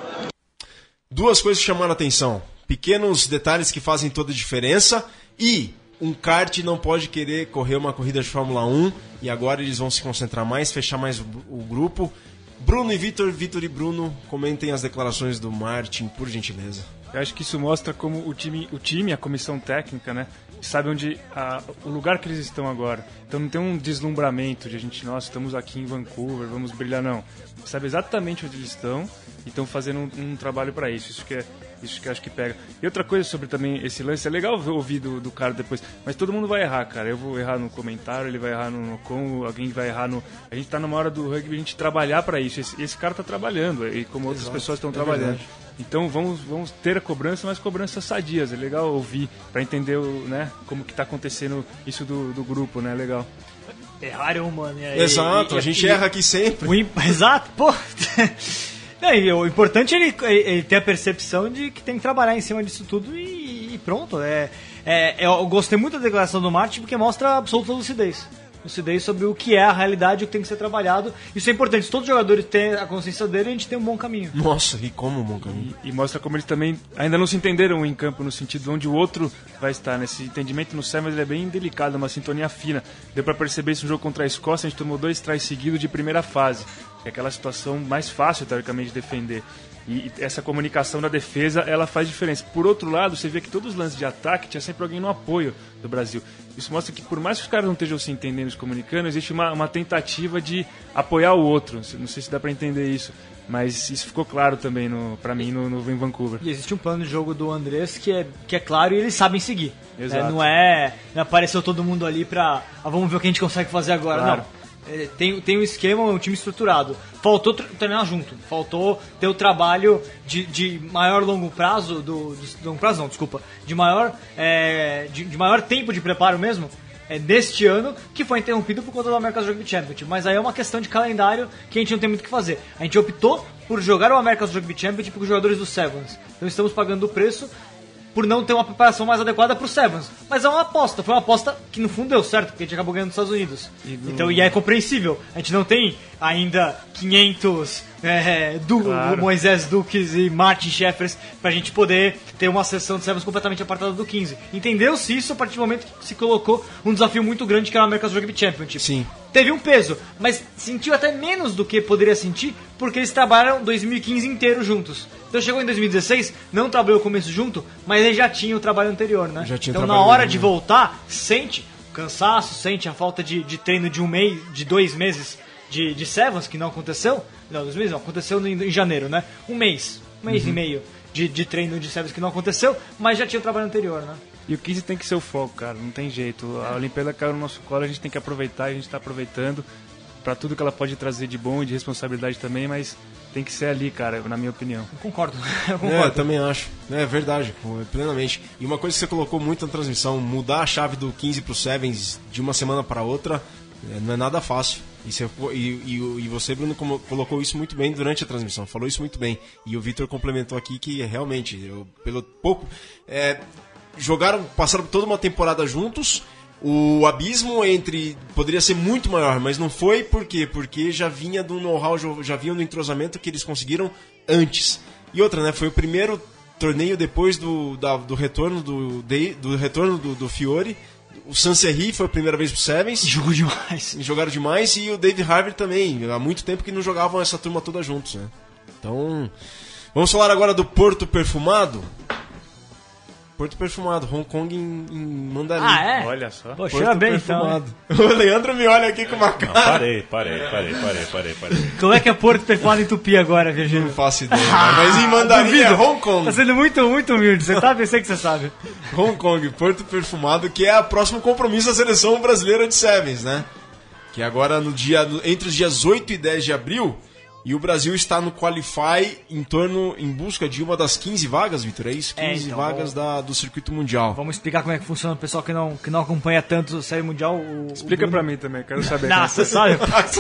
[SPEAKER 1] Duas coisas que chamaram a atenção. Pequenos detalhes que fazem toda a diferença e um kart não pode querer correr uma corrida de Fórmula um e agora eles vão se concentrar mais, fechar mais o, o grupo. Bruno e Vitor, Vitor e Bruno, comentem as declarações do Martin, por gentileza.
[SPEAKER 3] Eu acho que isso mostra como o time, o time, a comissão técnica, né, sabe onde a, o lugar que eles estão agora. Então não tem um deslumbramento de a gente, nossa, estamos aqui em Vancouver, vamos brilhar, não. Sabe exatamente onde eles estão e estão fazendo um, um trabalho para isso. Isso que é, isso que eu acho que pega. E outra coisa sobre também esse lance, é legal ouvir do, do cara depois, mas todo mundo vai errar, cara. Eu vou errar no comentário, ele vai errar no, no com, alguém vai errar no... A gente tá numa hora do rugby, a gente trabalhar para isso. Esse, esse cara tá trabalhando, e como outras
[SPEAKER 1] Exato.
[SPEAKER 3] pessoas estão
[SPEAKER 1] É
[SPEAKER 3] trabalhando.
[SPEAKER 1] verdade.
[SPEAKER 3] Então vamos, vamos ter a cobrança, mas cobranças sadias. É legal ouvir para entender o, né, como que tá acontecendo isso do, do grupo, né? Legal.
[SPEAKER 2] Errar é humano. E,
[SPEAKER 1] Exato,
[SPEAKER 2] e,
[SPEAKER 1] a gente
[SPEAKER 2] e,
[SPEAKER 1] erra aqui sempre.
[SPEAKER 2] O, exato, pô. Não, e o importante é ele, ele ter a percepção de que tem que trabalhar em cima disso tudo e, e pronto. É, é, eu gostei muito da declaração do Martin porque mostra absoluta lucidez. Lucidez sobre o que é a realidade e o que tem que ser trabalhado. Isso é importante. Se todos os jogadores têm a consciência dele, a gente tem um bom caminho.
[SPEAKER 1] Nossa, e como um bom caminho.
[SPEAKER 3] E, e mostra como eles também ainda não se entenderam em campo, no sentido de onde o outro vai estar. Nesse entendimento no Sevens ele é bem delicado, uma sintonia fina. Deu pra perceber isso no jogo contra a Escócia, a gente tomou dois tries seguidos de primeira fase. Que é aquela situação mais fácil, teoricamente, de defender. E essa comunicação da defesa, ela faz diferença. Por outro lado, você vê que todos os lances de ataque tinha sempre alguém no apoio do Brasil. Isso mostra que por mais que os caras não estejam se entendendo, se comunicando, existe uma, uma tentativa de apoiar o outro. Não sei se dá pra entender isso, mas isso ficou claro também no, pra mim no, no em Vancouver.
[SPEAKER 2] E existe um plano de jogo do Andrés que é, que é claro e eles sabem seguir.
[SPEAKER 3] Exato.
[SPEAKER 2] É, não é não apareceu todo mundo ali pra ah, vamos ver o que a gente consegue fazer agora,
[SPEAKER 3] Claro.
[SPEAKER 2] não. É, tem, tem um esquema, um time estruturado. Faltou tre- treinar junto. Faltou ter o trabalho de, de maior longo prazo, do, de, longo prazo não, desculpa, de maior, é, de, de maior tempo de preparo mesmo, é, deste ano, que foi interrompido por conta do America's Rugby Championship. Mas aí é uma questão de calendário que a gente não tem muito o que fazer. A gente optou por jogar o America's Rugby Championship com os jogadores do Sevens. Então estamos pagando o preço por não ter uma preparação mais adequada para o Sevens. Mas é uma aposta, foi uma aposta que no fundo deu certo, porque a gente acabou ganhando nos Estados Unidos.
[SPEAKER 3] E do-
[SPEAKER 2] Então, e é compreensível. A gente não tem ainda quinhentos é, du
[SPEAKER 3] Claro.
[SPEAKER 2] Moisés Duques e Martin Sheffers pra gente poder ter uma sessão de Sevens completamente apartada do quinze. Entendeu-se isso a partir do momento que se colocou um desafio muito grande que era o America's Rugby Championship.
[SPEAKER 1] Sim.
[SPEAKER 2] Teve um peso, mas sentiu até menos do que poderia sentir, porque eles trabalharam dois mil e quinze inteiro juntos. Então chegou em dois mil e dezesseis, não trabalhou o começo junto, mas ele já tinha o trabalho anterior, né?
[SPEAKER 1] Já tinha
[SPEAKER 2] então na
[SPEAKER 1] trabalho
[SPEAKER 2] hora
[SPEAKER 1] junto.
[SPEAKER 2] de voltar, sente o cansaço, sente a falta de, de treino de um mês, de dois meses de, de Sevens, que não aconteceu. Não, dois meses não, aconteceu em, em janeiro, né? Um mês, um mês
[SPEAKER 1] Uhum.
[SPEAKER 2] e meio de, de treino de Sevens que não aconteceu, mas já tinha o trabalho anterior, né?
[SPEAKER 3] E o quinze tem que ser o foco, cara, não tem jeito. A Olimpíada caiu no nosso colo, a gente tem que aproveitar, a gente tá aproveitando pra tudo que ela pode trazer de bom e de responsabilidade também, mas tem que ser ali, cara, na minha opinião.
[SPEAKER 2] Eu concordo, eu
[SPEAKER 1] É,
[SPEAKER 2] concordo.
[SPEAKER 1] eu também acho. É verdade, plenamente. E uma coisa que você colocou muito na transmissão, mudar a chave do quinze pro Sevens de uma semana para outra, é, não é nada fácil. E você, e, e, e você, Bruno, como- colocou isso muito bem durante a transmissão, falou isso muito bem. E o Vitor complementou aqui que realmente, eu, pelo pouco, é, jogaram, passaram toda uma temporada juntos. O abismo entre poderia ser muito maior, mas não foi. Por quê? Porque já vinha do know-how, já- já vinha do entrosamento que eles conseguiram antes. E outra, né? Foi o primeiro torneio depois do, da- do retorno do, de- do retorno do, do Fiore. O Sancerri foi a primeira vez pro Sevens.
[SPEAKER 2] Jogou demais.
[SPEAKER 1] Jogaram demais. E o Dave Harvey também. Há muito tempo que não jogavam essa turma toda juntos, né? Então, vamos falar agora do Porto Perfumado. Porto Perfumado, Hong Kong em, em mandarim.
[SPEAKER 2] Ah, é?
[SPEAKER 3] Olha só.
[SPEAKER 2] Pô,
[SPEAKER 1] Porto
[SPEAKER 2] cheira bem então.
[SPEAKER 1] Perfumado. O Leandro me olha aqui com uma
[SPEAKER 4] Não,
[SPEAKER 1] cara.
[SPEAKER 4] parei, parei, parei, parei, parei, parei.
[SPEAKER 2] Como é que é Porto Perfumado em Tupi agora, Virgínia?
[SPEAKER 1] Não faço ideia, mas em mandarim
[SPEAKER 2] Duvido.
[SPEAKER 1] é Hong Kong.
[SPEAKER 2] Tá sendo muito, muito humilde. Você tá? Pensei que você sabe.
[SPEAKER 1] Hong Kong, Porto Perfumado, que é o próximo compromisso da seleção brasileira de Sevens, né? Que agora no dia, entre os dias oito e dez de abril, e o Brasil está no Qualify em torno, em busca de uma das quinze vagas, Vitor, é isso?
[SPEAKER 2] É,
[SPEAKER 1] quinze
[SPEAKER 2] então,
[SPEAKER 1] vagas da, do circuito mundial.
[SPEAKER 2] Vamos explicar como é que funciona o pessoal que não, que não acompanha tanto o Série Mundial. O,
[SPEAKER 3] Explica
[SPEAKER 2] o
[SPEAKER 3] pra
[SPEAKER 2] Bruno...
[SPEAKER 3] mim também, quero saber.
[SPEAKER 2] Não, você sabe?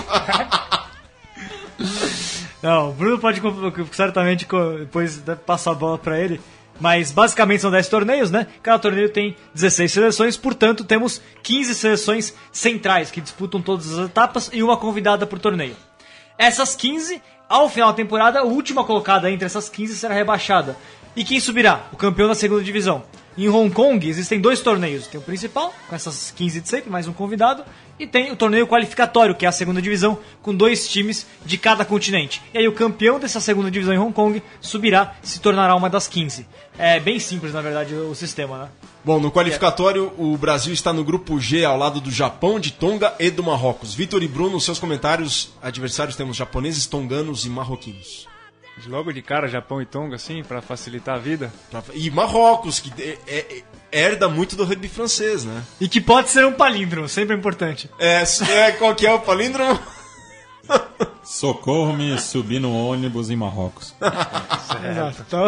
[SPEAKER 2] Não, o Bruno pode certamente co- depois deve passar a bola pra ele. Mas basicamente são dez torneios, né? Cada torneio tem dezesseis seleções, portanto temos quinze seleções centrais que disputam todas as etapas e uma convidada por torneio. Essas quinze, ao final da temporada, a última colocada entre essas quinze será rebaixada. E quem subirá? O campeão da segunda divisão. Em Hong Kong existem dois torneios. Tem o principal, com essas quinze de sempre, mais um convidado. E tem o torneio qualificatório, que é a segunda divisão, com dois times de cada continente. E aí o campeão dessa segunda divisão em Hong Kong subirá, se tornará uma das quinze. É bem simples, na verdade, o sistema, né?
[SPEAKER 1] Bom, no qualificatório, o Brasil está no grupo G, ao lado do Japão, de Tonga e do Marrocos. Vitor e Bruno, seus comentários. Adversários temos japoneses, tonganos e marroquinos.
[SPEAKER 3] Logo de cara, Japão e Tonga, assim, pra facilitar a vida.
[SPEAKER 1] E Marrocos, que é, é, herda muito do rugby francês, né?
[SPEAKER 2] E que pode ser um palíndromo, sempre é importante.
[SPEAKER 1] É, é qual que é o palíndromo?
[SPEAKER 5] Socorro-me, subir no ônibus em Marrocos.
[SPEAKER 2] Exato. Então...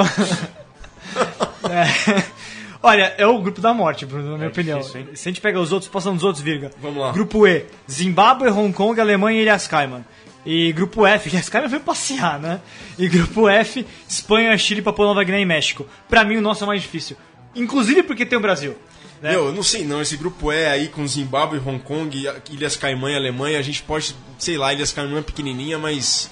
[SPEAKER 2] é. Olha, é o grupo da morte, Bruno, na minha é opinião. Difícil, Se a gente pega os outros, passando os outros, Virga.
[SPEAKER 1] Vamos lá.
[SPEAKER 2] Grupo E, Zimbábue, Hong Kong, Alemanha e Ilhas Cayman. E grupo F, Ilhas Cayman foi passear, né? E grupo F, Espanha, Chile, Papua Nova Guiné e México. Pra mim, o nosso é mais difícil. Inclusive porque tem o Brasil. Né?
[SPEAKER 1] Eu não sei não, esse grupo E aí com Zimbábue, Hong Kong, Ilhas Caimã e Alemanha, a gente pode, sei lá, Ilhas Caimã é pequenininha, mas...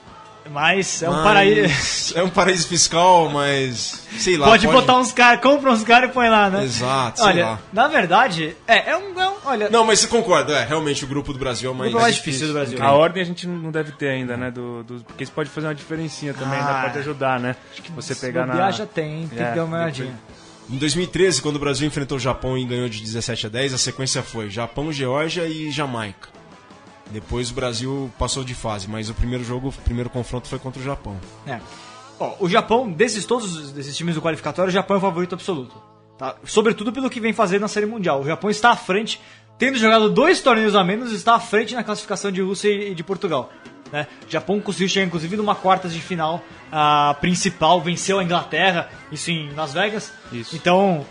[SPEAKER 2] Mas é um
[SPEAKER 1] mas...
[SPEAKER 2] paraíso...
[SPEAKER 1] É um paraíso fiscal, mas... Sei lá,
[SPEAKER 2] pode, pode... botar uns caras, compra uns caras e põe lá, né?
[SPEAKER 1] Exato, sei
[SPEAKER 2] olha,
[SPEAKER 1] lá.
[SPEAKER 2] Na verdade, é, é, um, é um... Olha...
[SPEAKER 1] Não, mas você concorda, é, realmente o grupo do Brasil é o mais,
[SPEAKER 2] o mais difícil do Brasil.
[SPEAKER 3] A ordem a gente não deve ter ainda, né? Do, do, porque isso pode fazer uma diferencinha também, ah, ainda pode ajudar, né?
[SPEAKER 2] Acho que
[SPEAKER 3] você pegar
[SPEAKER 2] na... já tem, tem é, que dar uma olhadinha.
[SPEAKER 1] Em dois mil e treze, quando o Brasil enfrentou o Japão e ganhou de dezessete a dez, a sequência foi Japão, Geórgia e Jamaica. Depois o Brasil passou de fase, mas o primeiro jogo, o primeiro confronto foi contra o Japão.
[SPEAKER 2] É. Ó, o Japão, desses todos desses times do qualificatório, o Japão é o favorito absoluto. Tá? Sobretudo pelo que vem fazendo na Série Mundial. O Japão está à frente, tendo jogado dois torneios a menos, está à frente na classificação de Rússia e de Portugal. Né? O Japão conseguiu chegar, inclusive, numa quartas de final a principal, venceu a Inglaterra, isso em Las Vegas.
[SPEAKER 3] Isso.
[SPEAKER 2] Então...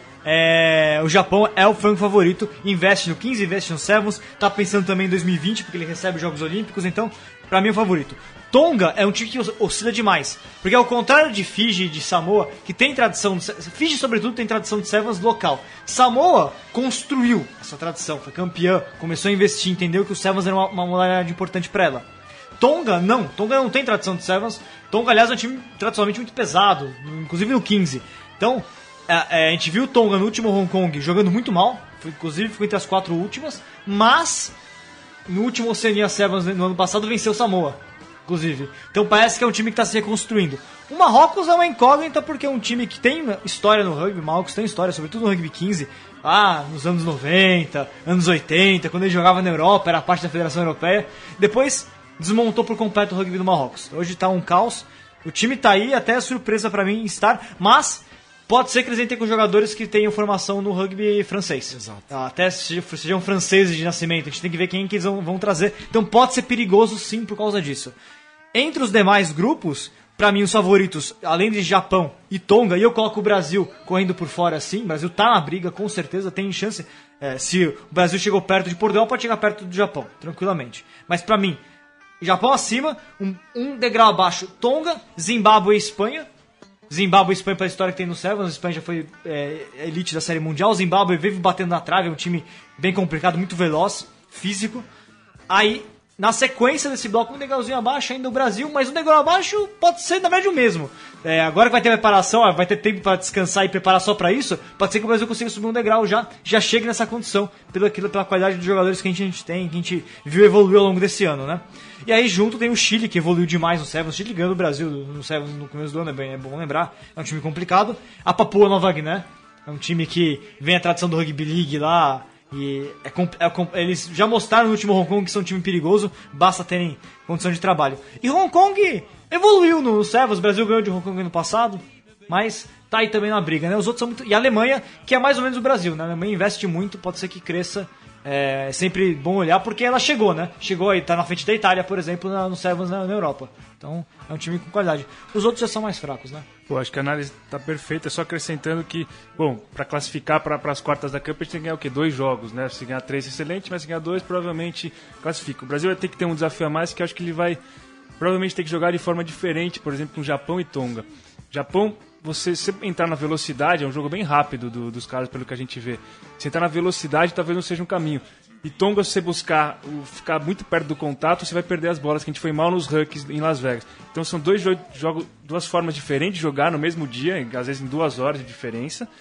[SPEAKER 2] É, o Japão é o franco favorito, investe no quinze, investe no Sevens, tá pensando também em dois mil e vinte, porque ele recebe os Jogos Olímpicos, então, pra mim é o favorito. Tonga é um time que oscila demais, porque ao contrário de Fiji e de Samoa, que tem tradição, Fiji sobretudo tem tradição de Sevens local, Samoa construiu essa tradição, foi campeã, começou a investir, entendeu que o Sevens era uma, uma modalidade importante pra ela. Tonga não, Tonga não tem tradição de Sevens, Tonga aliás é um time tradicionalmente muito pesado, inclusive no quinze, então... A, a gente viu o Tonga no último Hong Kong jogando muito mal, foi, inclusive ficou entre as quatro últimas, mas no último Oceania Sevens no ano passado venceu Samoa, inclusive. Então parece que é um time que está se reconstruindo. O Marrocos é uma incógnita porque é um time que tem história no rugby, o Marrocos tem história, sobretudo no rugby quinze, lá nos anos noventa, anos oitenta, quando ele jogava na Europa, era parte da Federação Europeia. Depois desmontou por completo o rugby do Marrocos. Hoje está um caos, o time está aí, até é surpresa para mim estar, mas... Pode ser que eles entrem com jogadores que tenham formação no rugby francês.
[SPEAKER 1] Exato.
[SPEAKER 2] Até sejam franceses de nascimento. A gente tem que ver quem que eles vão, vão trazer. Então pode ser perigoso sim por causa disso. Entre os demais grupos, pra mim os favoritos, além de Japão e Tonga, e eu coloco o Brasil correndo por fora sim. O Brasil tá na briga, com certeza, tem chance. É, se o Brasil chegou perto de Portugal, pode chegar perto do Japão, tranquilamente. Mas pra mim, Japão acima, um, um degrau abaixo, Tonga, Zimbábue e Espanha. Zimbábue e Espanha pela história que tem no Sevens, a Espanha já foi é, elite da Série Mundial, o Zimbábue vive batendo na trave, é um time bem complicado, muito veloz, físico. Aí, na sequência desse bloco, um degrauzinho abaixo ainda o Brasil, mas um degrau abaixo pode ser na verdade o mesmo. É, agora que vai ter preparação, ó, vai ter tempo para descansar e preparar só para isso, pode ser que o Brasil consiga subir um degrau já, já chegue nessa condição, pela, pela qualidade dos jogadores que a gente, a gente tem, que a gente viu evoluir ao longo desse ano, né? E aí junto tem o Chile, que evoluiu demais no Sevens. O Chile ganhou do Brasil no Sevens no começo do ano, é, bem, é bom lembrar. É um time complicado. A Papua Nova Guiné é um time que vem a tradição do Rugby League lá. E é, é, eles já mostraram no último Hong Kong que são um time perigoso, basta terem condição de trabalho. E Hong Kong evoluiu no Sevens, o Brasil ganhou de Hong Kong no passado, mas tá aí também na briga, né? Os outros são muito... E a Alemanha, que é mais ou menos o Brasil, né? A Alemanha investe muito, pode ser que cresça. É sempre bom olhar porque ela chegou, né? Chegou aí, tá na frente da Itália, por exemplo, na, no Sevens na, na Europa. Então é um time com qualidade. Os outros já são mais fracos, né?
[SPEAKER 3] Pô, acho que a análise tá perfeita, só acrescentando que, bom, para classificar para as quartas da Cup a gente tem que ganhar o quê? Dois jogos, né? Se ganhar três, excelente, mas se ganhar dois, provavelmente classifica. O Brasil vai ter que ter um desafio a mais, que eu acho que ele vai provavelmente ter que jogar de forma diferente, por exemplo, com Japão e Tonga. Japão, você se entrar na velocidade, é um jogo bem rápido do, dos caras, pelo que a gente vê. Se entrar na velocidade, talvez não seja um caminho. E Tonga, se você buscar o, ficar muito perto do contato, você vai perder as bolas, que a gente foi mal nos Hucks em Las Vegas. Então são dois jogos, duas formas diferentes de jogar no mesmo dia, às vezes em duas horas de diferença.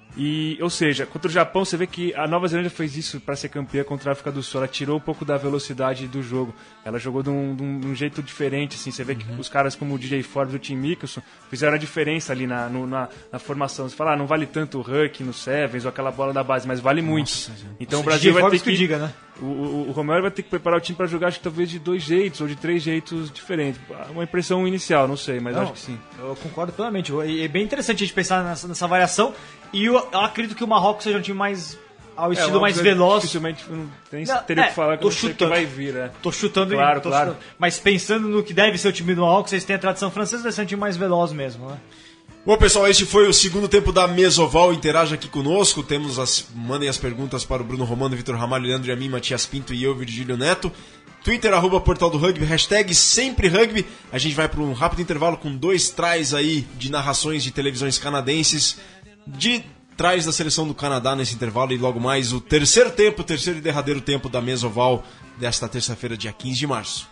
[SPEAKER 3] E, ou seja, contra o Japão, você vê que a Nova Zelândia fez isso para ser campeã contra a África do Sul. Ela tirou um pouco da velocidade do jogo. Ela jogou de um, de um, de um jeito diferente, assim. Você vê que os caras como o D J Forbes e o Tim Mickelson fizeram a diferença ali na, no, na, na formação. Você fala, ah, não vale tanto o Huck no Sevens ou aquela bola da base, mas vale muito. Nossa, então o Brasil vai ter que... que diga, né? O, o, o Romero vai ter que preparar o time para jogar, acho que talvez de dois jeitos ou de três jeitos diferentes. Uma impressão inicial, não sei, mas
[SPEAKER 2] não,
[SPEAKER 3] acho que sim.
[SPEAKER 2] Eu concordo plenamente. E é bem interessante a gente pensar nessa, nessa variação. E eu, eu acredito que o Marrocos seja um time mais ao estilo é, mais veloz.
[SPEAKER 3] Dificilmente não tem, não, teria é, que falar que não sei que vai vir. É.
[SPEAKER 2] Tô chutando,
[SPEAKER 3] claro,
[SPEAKER 2] tô
[SPEAKER 3] claro.
[SPEAKER 2] Chutando. Mas pensando no que deve ser o time do Marrocos, eles têm a tradição francesa, vai ser um time mais veloz mesmo, né?
[SPEAKER 1] Bom, pessoal, este foi o segundo tempo da Mesoval. Interaja aqui conosco. Temos as, mandem as perguntas para o Bruno Romano, Vitor Ramalho, Leandro Yamin, Matias Pinto e eu, Virgílio Neto. Twitter, arroba Portal do Rugby, hashtag sempre rugby. A gente vai para um rápido intervalo com dois tries aí de narrações de televisões canadenses, de tries da seleção do Canadá nesse intervalo, e logo mais o terceiro tempo, o terceiro e derradeiro tempo da Mesoval desta terça-feira, dia quinze de março.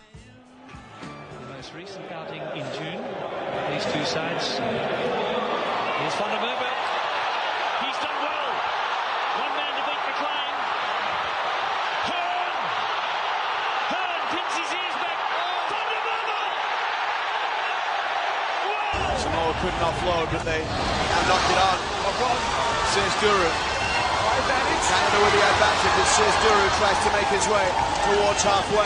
[SPEAKER 10] Couldn't offload, but they knocked it on. Sears Duru. Canada with the advantage as Sears Duru tries to make his way towards halfway.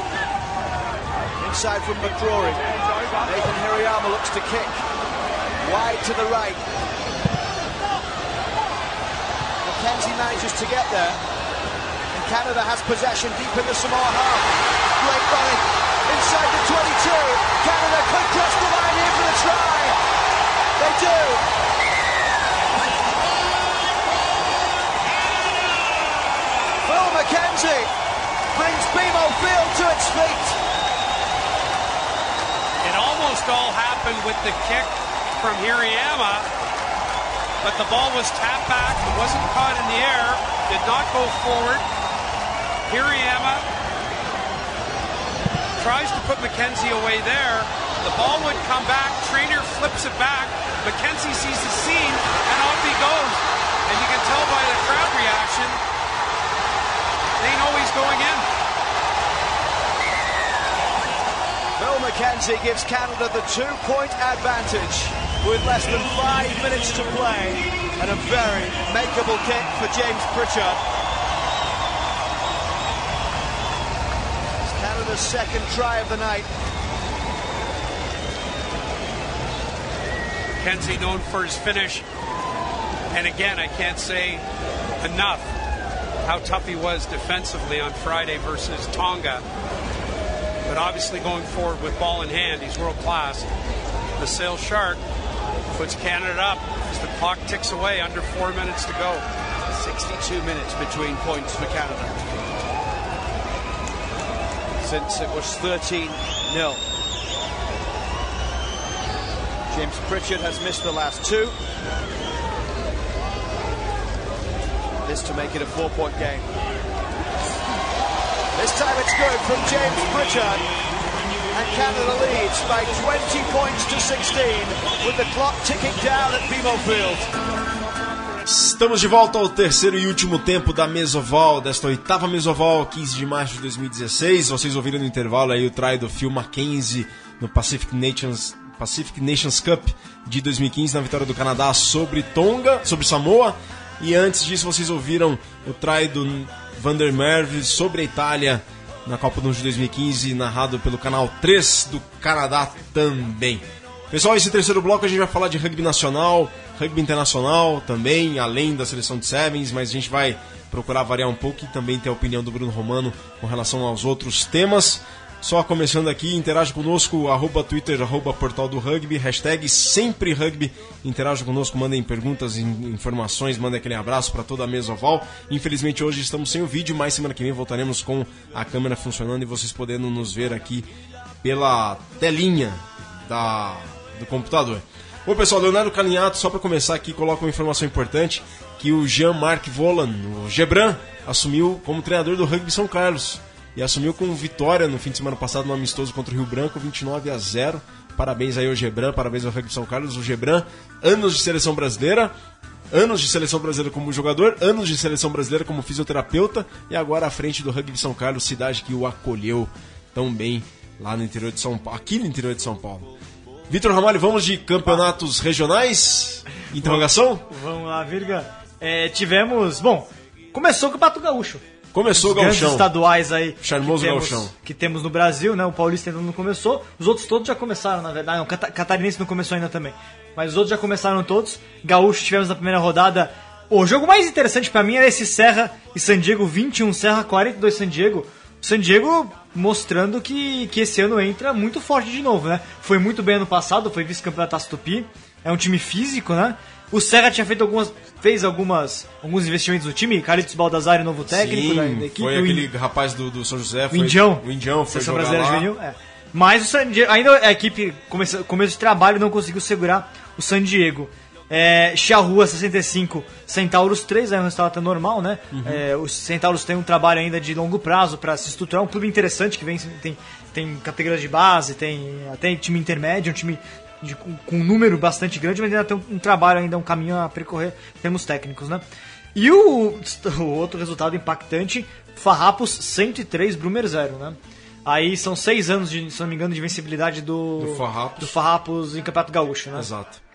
[SPEAKER 10] Inside from McCrory. Nathan Hirayama looks to kick. Wide to the right. McKenzie manages to get there. And Canada has possession deep in the Samoa half. Great running inside the twenty-two. Canada could cross the line here for the try. They do. Phil McKenzie brings B M O Field to its feet.
[SPEAKER 11] It almost all happened with the kick from Hirayama, but the ball was tapped back, wasn't caught in the air, did not go forward. Hirayama tries to put McKenzie away there. The ball would come back, Trainer flips it back, McKenzie sees the seam, and off he goes. And you can tell by the crowd reaction, they know he's going in.
[SPEAKER 10] Bill McKenzie gives Canada the two-point advantage with less than five minutes to play, and a very makeable kick for James Pritchard. It's Canada's second try of the night.
[SPEAKER 11] McKenzie known for his finish, and again, I can't say enough how tough he was defensively on Friday versus Tonga. But obviously going forward with ball in hand, he's world class. The Sail Shark puts Canada up as the clock ticks away, under four minutes to go.
[SPEAKER 10] sixty-two minutes between points for Canada. Since it was thirteen nil. James Pritchard has missed the last two. This to make it a four-point game. This time it's good from James Pritchard. And Canada leads by twenty points to sixteen, with the clock ticking down at B M O Field.
[SPEAKER 1] Estamos de volta ao terceiro e último tempo da Mesoval, desta oitava Mesoval, quinze de março de dois mil e dezesseis. Vocês ouviram no intervalo aí o try do Phil Mackenzie no Pacific Nations, Pacific Nations Cup de dois mil e quinze, na vitória do Canadá sobre Tonga, sobre Samoa. E antes disso vocês ouviram o try do Van der Merwe sobre a Itália na Copa do Mundo de dois mil e quinze, narrado pelo canal três do Canadá também. Pessoal, esse terceiro bloco a gente vai falar de rugby nacional, rugby internacional também, além da seleção de Sevens, mas a gente vai procurar variar um pouco e também ter a opinião do Bruno Romano com relação aos outros temas. Só começando aqui, interage conosco, arroba Twitter, arroba Portal do Rugby, hashtag sempre rugby, interage conosco, mandem perguntas, informações, mandem aquele abraço para toda a Mesoval. Infelizmente hoje estamos sem o vídeo, mas semana que vem voltaremos com a câmera funcionando e vocês podendo nos ver aqui pela telinha da, do computador. Bom pessoal, Leonardo Calinhato, só para começar aqui, coloca uma informação importante, que o Jean-Marc Volan, o Gebran, assumiu como treinador do Rugby São Carlos. E assumiu com vitória no fim de semana passado no amistoso contra o Rio Branco, vinte e nove a zero. Parabéns aí ao Gebran, parabéns ao Rugby São Carlos. O Gebran, anos de seleção brasileira, Anos de seleção brasileira como jogador, anos de seleção brasileira como fisioterapeuta e agora à frente do Rugby São Carlos, cidade que o acolheu tão bem lá no interior de São Paulo, aqui no interior de São Paulo. Vitor Ramalho, vamos de campeonatos regionais? Interrogação?
[SPEAKER 2] Vamos lá, Virga. É, tivemos... Bom, começou o Campeonato Gaúcho.
[SPEAKER 1] Começou
[SPEAKER 2] Os
[SPEAKER 1] o gauchão.
[SPEAKER 2] estaduais aí.
[SPEAKER 1] Charmoso
[SPEAKER 2] que temos,
[SPEAKER 1] gauchão.
[SPEAKER 2] Que temos no Brasil, né? O Paulista ainda não começou. Os outros todos já começaram, na verdade. Não, o Cata- Catarinense não começou ainda também. Mas os outros já começaram todos. Gaúcho tivemos na primeira rodada. O jogo mais interessante pra mim era esse Serra e San Diego, vinte e um Serra, quarenta e dois San Diego. O San Diego mostrando que, que esse ano entra muito forte de novo, né? Foi muito bem ano passado, foi vice-campeão da Taça Tupi. É um time físico, né? O Serra tinha feito algumas, fez algumas, alguns investimentos no time. Carlitos Baldassari, novo técnico
[SPEAKER 1] Sim,
[SPEAKER 2] da, da equipe.
[SPEAKER 1] foi
[SPEAKER 2] o
[SPEAKER 1] aquele
[SPEAKER 2] In...
[SPEAKER 1] rapaz do, do São José.
[SPEAKER 2] O
[SPEAKER 1] Foi,
[SPEAKER 2] Indião.
[SPEAKER 1] O Indião foi
[SPEAKER 2] Seleção
[SPEAKER 1] jogar
[SPEAKER 2] brasileira
[SPEAKER 1] lá.
[SPEAKER 2] juvenil, é. Mas o San Diego, ainda a equipe, começo, começo de trabalho, não conseguiu segurar o San Diego. É, Charrua sessenta e cinco, Centauros três, é um resultado até normal, né?
[SPEAKER 1] Uhum.
[SPEAKER 2] É, os Centauros têm um trabalho ainda de longo prazo para se estruturar, um clube interessante que vem, tem, tem categorias de base, tem até time intermédio, um time de, com, com um número bastante grande, mas ainda tem um, um trabalho, ainda um caminho a percorrer em termos técnicos, né? E o, o outro resultado impactante, Farrapos cento e três, Brumer zero, né? Aí são seis anos, de, se não me engano, de vencibilidade do,
[SPEAKER 1] Do Farrapos.
[SPEAKER 2] do Farrapos em Campeonato Gaúcho, né?
[SPEAKER 1] Exato.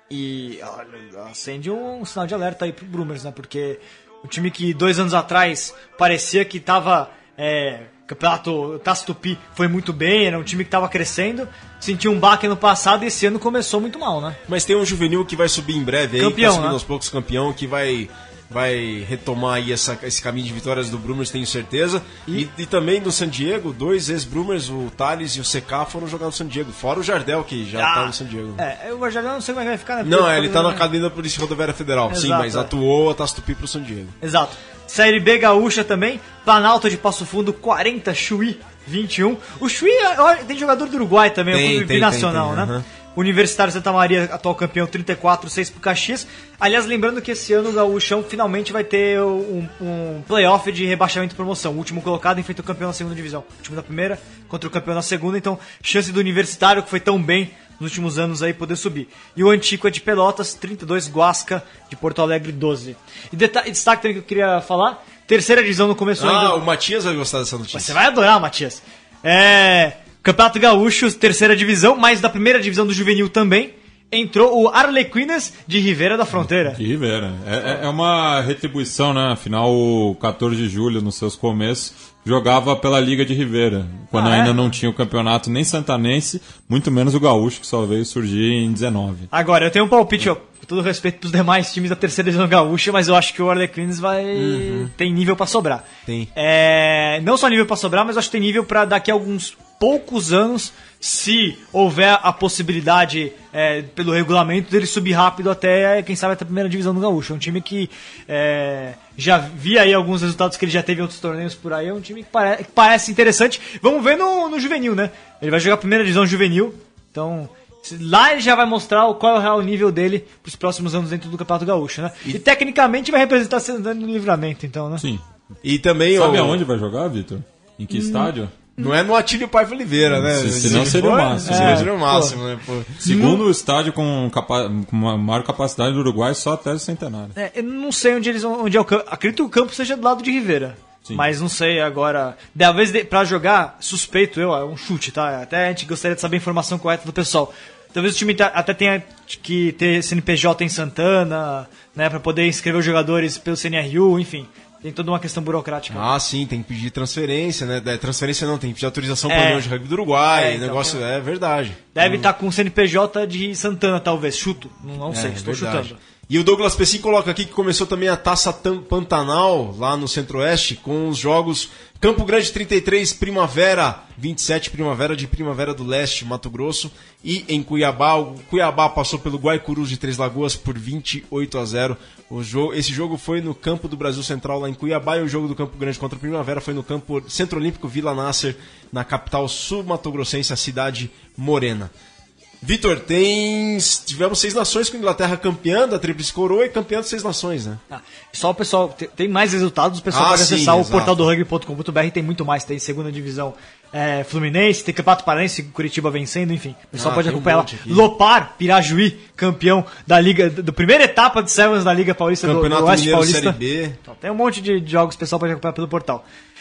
[SPEAKER 2] E olha, acende um sinal de alerta aí pro Brumers, né? Porque o time que dois anos atrás parecia que tava... É, campeonato Taça Tupi foi muito bem, era um time que tava crescendo, sentiu um baque no passado e esse ano começou muito mal, né?
[SPEAKER 1] Mas tem um juvenil que vai subir em breve aí,
[SPEAKER 2] Campeão,
[SPEAKER 1] tá subindo
[SPEAKER 2] né?
[SPEAKER 1] aos poucos, campeão, que vai... vai retomar aí essa, esse caminho de vitórias do Brumers, tenho certeza. E, e, e também no San Diego, dois ex-Brumers, o Thales e o C K, foram jogar no San Diego. Fora o Jardel, que já
[SPEAKER 2] Ah,
[SPEAKER 1] tá no San Diego.
[SPEAKER 2] É, o Jardel não sei como é que vai ficar, né?
[SPEAKER 1] Não,
[SPEAKER 2] Porque
[SPEAKER 1] é, ele tá na
[SPEAKER 2] né?
[SPEAKER 1] academia da Polícia Rodoviária Federal.
[SPEAKER 2] Exato,
[SPEAKER 1] Sim, mas
[SPEAKER 2] é.
[SPEAKER 1] atuou a Taça Tupi pro San Diego.
[SPEAKER 2] Exato. Série B Gaúcha também, Planalto de Passo Fundo, quarenta, Chuí, vinte e um. O Chuí olha, tem jogador do Uruguai também,
[SPEAKER 1] Tem,
[SPEAKER 2] é um clube
[SPEAKER 1] tem,
[SPEAKER 2] binacional,
[SPEAKER 1] tem, tem,
[SPEAKER 2] né?
[SPEAKER 1] uhum.
[SPEAKER 2] Universitário Santa Maria, atual campeão, trinta e quatro, seis pro Caxias. Aliás, lembrando que esse ano o Gaúchão finalmente vai ter um, um playoff de rebaixamento e promoção. O último colocado enfrentou o campeão na segunda divisão. O time da primeira contra o campeão na segunda, então chance do Universitário, que foi tão bem nos últimos anos aí, poder subir. E o Antiqua de Pelotas, trinta e dois, Guasca de Porto Alegre, doze. E, deta- e destaque também que eu queria falar, terceira divisão não começou
[SPEAKER 1] Ah,
[SPEAKER 2] ainda.
[SPEAKER 1] o Matias vai gostar dessa notícia.
[SPEAKER 2] Você vai adorar, Matias. É... Campeonato Gaúcho, terceira divisão, mas da primeira divisão do Juvenil também, entrou o Arlequinas de Ribeira da Fronteira.
[SPEAKER 5] De Ribeira. É, é uma retribuição, né? Afinal, o quatorze de julho, nos seus começos, jogava pela Liga de Ribeira, quando
[SPEAKER 2] Ah,
[SPEAKER 5] ainda
[SPEAKER 2] é?
[SPEAKER 5] não tinha o campeonato nem santanense, muito menos o gaúcho, que só veio surgir em dezenove.
[SPEAKER 2] Agora, eu tenho um palpite, ó, com todo respeito pros demais times da terceira divisão gaúcha, mas eu acho que o Arlequins vai... tem nível pra sobrar.
[SPEAKER 1] Tem.
[SPEAKER 2] É... Não só nível pra sobrar, mas eu acho que tem nível pra daqui a alguns poucos anos, se houver a possibilidade, é, pelo regulamento, dele subir rápido até, quem sabe, até a primeira divisão do gaúcho. É um time que é, já vi aí alguns resultados que ele já teve em outros torneios por aí, é um time que, pare... que parece interessante. Vamos ver no, no juvenil, né? Ele vai jogar a primeira divisão juvenil, então... Lá ele já vai mostrar qual é o real nível dele para os próximos anos dentro do Campeonato Gaúcho, né? E, e tecnicamente vai representar Santana no Livramento, então, né?
[SPEAKER 5] Sim.
[SPEAKER 1] E também
[SPEAKER 5] Sabe
[SPEAKER 1] o...
[SPEAKER 5] aonde vai jogar, Vitor? Em que hum. estádio?
[SPEAKER 1] Não é no Atílio Paiva Oliveira, né?
[SPEAKER 5] Se, senão
[SPEAKER 1] se
[SPEAKER 5] seria
[SPEAKER 1] for,
[SPEAKER 5] o máximo.
[SPEAKER 1] É, seria o máximo, pô. né? Pô.
[SPEAKER 5] Segundo o estádio com, capa... com uma maior capacidade do Uruguai, só até o Centenário.
[SPEAKER 2] É, eu não sei onde eles vão, onde é o campo. Acredito que o campo seja do lado de Ribeira. Sim. Mas não sei agora. Talvez de, pra jogar, suspeito eu, é um chute, tá? Até a gente gostaria de saber a informação correta do pessoal. Talvez o time até tenha que ter C N P J em Santana, né? Pra poder inscrever os jogadores pelo C N R U, enfim. Tem toda uma questão burocrática.
[SPEAKER 1] Ah, sim, tem que pedir transferência, né? Transferência não, tem que pedir autorização para
[SPEAKER 2] é.
[SPEAKER 1] a União de Rugby do Uruguai. É, então, negócio é verdade.
[SPEAKER 2] Deve estar hum. tá com o C N P J de Santana, talvez. Chuto. Não, não é, sei, estou verdade. chutando.
[SPEAKER 1] E o Douglas Pessin coloca aqui que começou também a Taça Pantanal, lá no Centro-Oeste, com os jogos Campo Grande trinta e três, Primavera vinte e sete, Primavera de Primavera do Leste, Mato Grosso. E em Cuiabá, o Cuiabá passou pelo Guaicurus de Três Lagoas por vinte e oito a zero. O jogo, esse jogo foi no campo do Brasil Central, lá em Cuiabá, e o jogo do Campo Grande contra a Primavera foi no campo Centro Olímpico Vila Nasser, na capital sul-matogrossense, a cidade Morena. Vitor, tem... tivemos Seis Nações com a Inglaterra campeã da Tríplice Coroa e campeã das Seis Nações, né?
[SPEAKER 2] Ah, só o pessoal, tem, tem mais resultados, o pessoal
[SPEAKER 1] ah,
[SPEAKER 2] pode
[SPEAKER 1] sim,
[SPEAKER 2] acessar
[SPEAKER 1] exato.
[SPEAKER 2] o portal do rugby ponto com ponto b r, tem muito mais, tem segunda divisão é, Fluminense, tem Campeonato Paranense, Curitiba vencendo, enfim. O pessoal
[SPEAKER 1] Ah,
[SPEAKER 2] pode
[SPEAKER 1] tem um
[SPEAKER 2] acompanhar
[SPEAKER 1] monte
[SPEAKER 2] lá.
[SPEAKER 1] aqui.
[SPEAKER 2] Lopar, Pirajuí, campeão da Liga, do, do primeira etapa de Sevens da Liga Paulista, do,
[SPEAKER 1] Campeonato
[SPEAKER 2] do Oeste
[SPEAKER 1] Mineiro
[SPEAKER 2] Paulista.
[SPEAKER 1] Série B.
[SPEAKER 2] Então, tem um monte de jogos que o pessoal pode acompanhar pelo portal.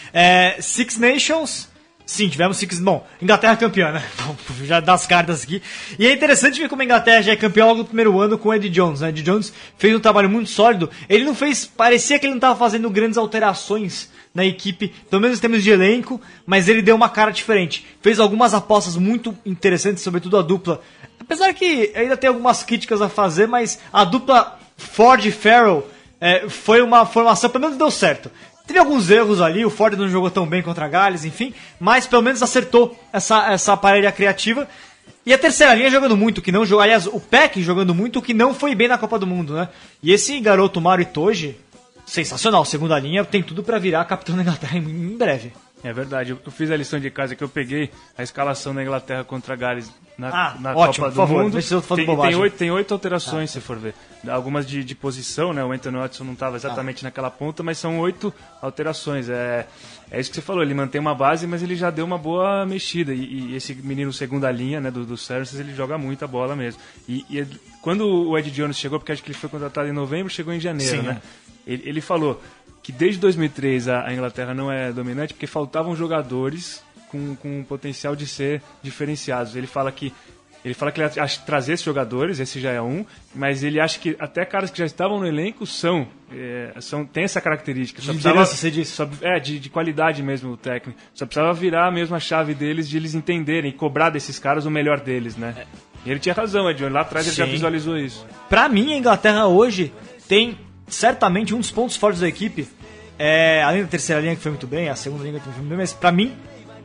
[SPEAKER 2] É, Six Nations... Sim, tivemos Six... Bom, Inglaterra campeã, né? Já dá as cartas aqui. E é interessante ver como a Inglaterra já é campeã logo no primeiro ano com o Eddie Jones, né? Eddie Jones fez um trabalho muito sólido. Ele não fez... Parecia que ele não estava fazendo grandes alterações na equipe, pelo menos em termos de elenco, mas ele deu uma cara diferente. Fez algumas apostas muito interessantes, sobretudo a dupla. Apesar que ainda tem algumas críticas a fazer, mas a dupla Ford e Farrell é, foi uma formação, pelo menos deu certo. Teve alguns erros ali, o Ford não jogou tão bem contra a Gales, enfim, mas pelo menos acertou essa, essa parelha criativa. E a terceira linha jogando muito, que não jogou. Aliás, o Peck jogando muito, que não foi bem na Copa do Mundo, né? E esse garoto Mauro Itoje, sensacional, segunda linha, tem tudo pra virar capitão da Inglaterra em, em breve.
[SPEAKER 3] É verdade, eu fiz a lição de casa que eu peguei a escalação da Inglaterra contra a Gales na,
[SPEAKER 2] ah,
[SPEAKER 3] na
[SPEAKER 2] ótimo,
[SPEAKER 3] Copa do
[SPEAKER 2] por favor,
[SPEAKER 3] Mundo.
[SPEAKER 2] deixa eu falar
[SPEAKER 3] tem,
[SPEAKER 2] bobagem.
[SPEAKER 3] tem, oito, tem oito alterações, ah, se for ver. Algumas de, de posição, né? O Anthony Watson não estava exatamente ah. naquela ponta, mas são oito alterações. É, é isso que você falou, ele mantém uma base, mas ele já deu uma boa mexida. E, e esse menino segunda linha, né, do, do Services, ele joga muita bola mesmo. E, e quando o Eddie Jones chegou, porque acho que ele foi contratado em novembro, chegou em janeiro, Sim, né? É. Ele, ele falou que desde dois mil e três a, a Inglaterra não é dominante porque faltavam jogadores com, com potencial de ser diferenciados. Ele fala que ele fala que ele acha trazer esses jogadores, esse já é um, mas ele acha que até caras que já estavam no elenco são, é, são tem essa característica. Só
[SPEAKER 2] de
[SPEAKER 3] precisava,
[SPEAKER 2] você disse.
[SPEAKER 3] Só, é, de, de qualidade mesmo o técnico. Só precisava virar a mesma chave deles, de eles entenderem e cobrar desses caras o melhor deles, né? É. E ele tinha razão, Edson. Lá atrás Sim. ele já visualizou isso.
[SPEAKER 2] Pra mim, a Inglaterra hoje tem certamente um dos pontos fortes da equipe, é, além da terceira linha que foi muito bem, a segunda linha que foi muito bem, mas pra mim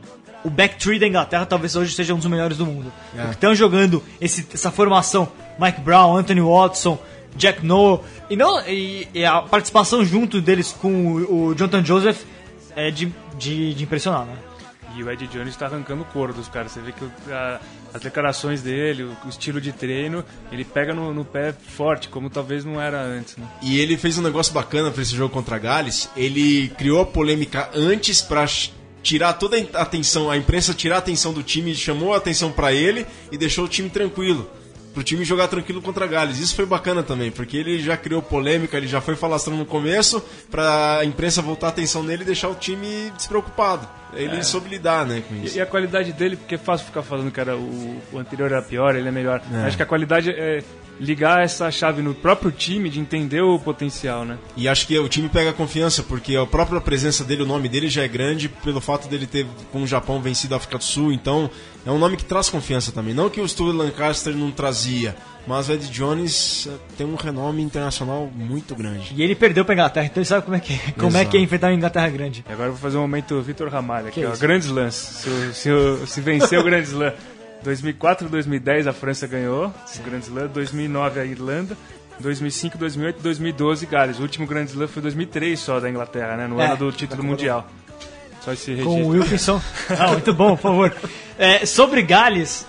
[SPEAKER 2] o back three da Inglaterra talvez hoje seja um dos melhores do mundo. É. Estão jogando esse, essa formação, Mike Brown, Anthony Watson, Jack Noel, e, não, e, e a participação junto deles com o, o Jonathan Joseph é de, de, de impressionar, né?
[SPEAKER 3] E o Eddie Jones está arrancando o couro dos caras. Você vê que a, as declarações dele, o, o estilo de treino, ele pega no, no pé forte, como talvez não era antes, né?
[SPEAKER 1] E ele fez um negócio bacana para esse jogo contra a Gales. Ele criou a polêmica antes para tirar toda a atenção, a imprensa tirar a atenção do time, chamou a atenção para ele e deixou o time tranquilo. Pro time jogar tranquilo contra a Gales. Isso foi bacana também, porque ele já criou polêmica, ele já foi falastrando no começo pra a imprensa voltar a atenção nele e deixar o time despreocupado. Ele é. soube lidar, né, com isso.
[SPEAKER 3] E, e a qualidade dele, porque é fácil ficar falando que era o, o anterior era pior, ele é melhor. É. Acho que a qualidade é ligar essa chave no próprio time de entender o potencial, né?
[SPEAKER 1] E acho que o time pega confiança, porque a própria presença dele, o nome dele já é grande pelo fato dele ter com o Japão vencido a África do Sul, então é um nome que traz confiança também. Não que o Stuart Lancaster não trazia, mas o Eddie Jones tem um renome internacional muito grande.
[SPEAKER 2] E ele perdeu pra Inglaterra, então ele sabe como é que é, como é, que é enfrentar uma Inglaterra grande.
[SPEAKER 3] E agora eu vou fazer um momento Vitor Ramalho aqui, ó, Grand Slam. Se, se, se vencer o Grand Slam. dois mil e quatro, dois mil e dez a França ganhou Sim. o Grand Slam, dois mil e nove a Irlanda, dois mil e cinco, dois mil e oito, dois mil e doze Gales. O último Grand Slam foi dois mil e três só da Inglaterra, né? No é, ano do título mundial. Só esse registro.
[SPEAKER 2] Com o Wilkinson. Ah, muito bom, por favor. É, sobre Gales,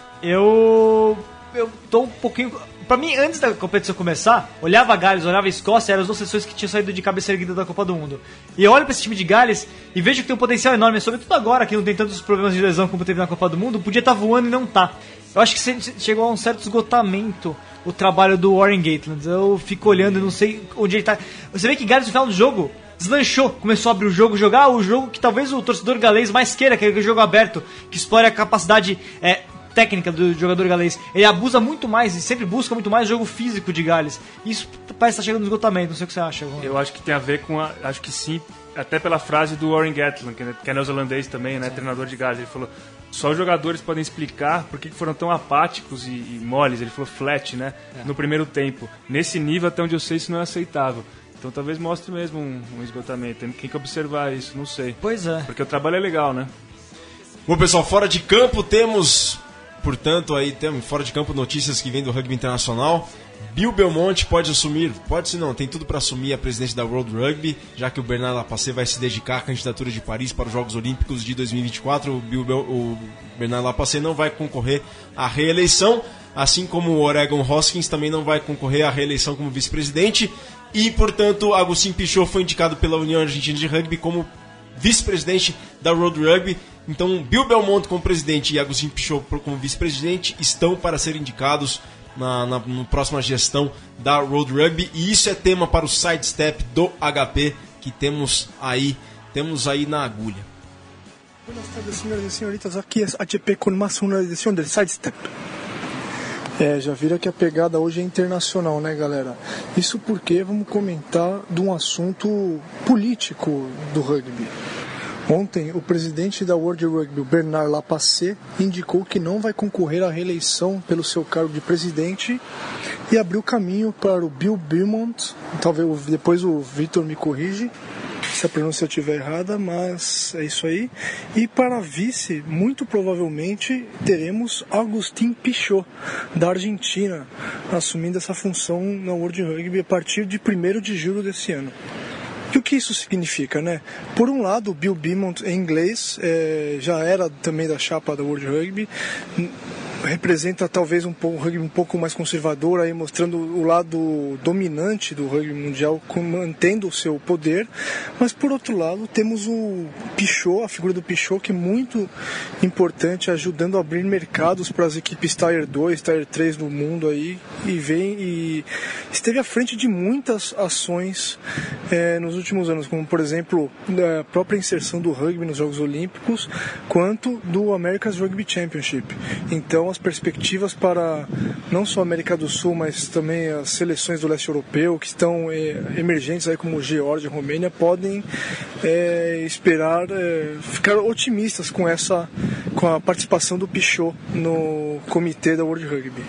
[SPEAKER 2] eu eu tô um pouquinho... Pra mim, antes da competição começar, olhava a Gales, olhava a Escócia, eram as duas seleções que tinham saído de cabeça erguida da Copa do Mundo. E eu olho pra esse time de Gales e vejo que tem um potencial enorme, sobretudo agora, que não tem tantos problemas de lesão como teve na Copa do Mundo, podia estar voando e não tá. Eu acho que chegou a um certo esgotamento o trabalho do Warren Gatland. Eu fico olhando e não sei onde ele tá. Você vê que Gales, no final do jogo, deslanchou, começou a abrir o jogo, jogar o jogo que talvez o torcedor galês mais queira, que é o jogo aberto, que explore a capacidade... É, técnica do jogador galês. Ele abusa muito mais e sempre busca muito mais o jogo físico de Gales. Isso parece estar chegando no esgotamento. Não sei o que você acha. Agora.
[SPEAKER 3] Eu acho que tem a ver com a, acho que sim, até pela frase do Warren Gatland, que é neozelandês também, né, treinador de Gales. Ele falou: só os jogadores podem explicar por que foram tão apáticos e, e moles. Ele falou flat, né, é. no primeiro tempo. Nesse nível, até onde eu sei, isso não é aceitável. Então talvez mostre mesmo um, um esgotamento. Tem que observar isso, não sei.
[SPEAKER 2] Pois é.
[SPEAKER 3] Porque o trabalho é legal, né?
[SPEAKER 1] Bom, pessoal, fora de campo temos... Portanto, aí temos fora de campo notícias que vêm do rugby internacional. Bill Belmonte pode assumir, pode se não, tem tudo para assumir a presidência da World Rugby, já que o Bernard Lapassé vai se dedicar à candidatura de Paris para os Jogos Olímpicos de dois mil e vinte e quatro. O, Bill Bel, o Bernard Lapassé não vai concorrer à reeleição. assim como o Oregon Hoskins também não vai concorrer à reeleição como vice-presidente, e, portanto, Agustín Pichot foi indicado pela União Argentina de Rugby como vice-presidente da World Rugby. Então, Bill Belmonte como presidente e Agustín Pichot como vice-presidente estão para ser indicados na, na, na próxima gestão da World Rugby, e isso é tema para o Sidestep do H P que temos aí, temos aí na agulha.
[SPEAKER 12] Buenas tardes, senhoras e senhoritas, aqui é a H P com mais uma edição do Sidestep. É, já viram que a pegada hoje é internacional, né, galera? Isso porque vamos comentar de um assunto político do rugby. Ontem, o presidente da World Rugby, o Bernard Lapassé, indicou que não vai concorrer à reeleição pelo seu cargo de presidente e abriu caminho para o Bill Belmonte, talvez depois o Vitor me corrige se a pronúncia estiver errada, mas é isso aí. E para vice, muito provavelmente teremos Agustín Pichot, da Argentina, assumindo essa função na World Rugby a partir de primeiro de julho desse ano. E o que isso significa, né? Por um lado, o Bill Belmonte, em inglês, é, já era também da chapa da World Rugby, representa talvez um pouco, um rugby um pouco mais conservador, aí mostrando o lado dominante do rugby mundial, mantendo o seu poder. Mas por outro lado temos o Pichot, a figura do Pichot, que é muito importante, ajudando a abrir mercados para as equipes Tier dois, Tier três do mundo aí, e vem e esteve à frente de muitas ações é, nos últimos anos, como por exemplo a própria inserção do rugby nos Jogos Olímpicos, quanto do America's Rugby Championship. Então as perspectivas para não só a América do Sul, mas também as seleções do leste europeu que estão é, emergentes aí como Geórgia e Romênia podem é, esperar é, ficar otimistas com essa com a participação do Pichot no comitê da World Rugby.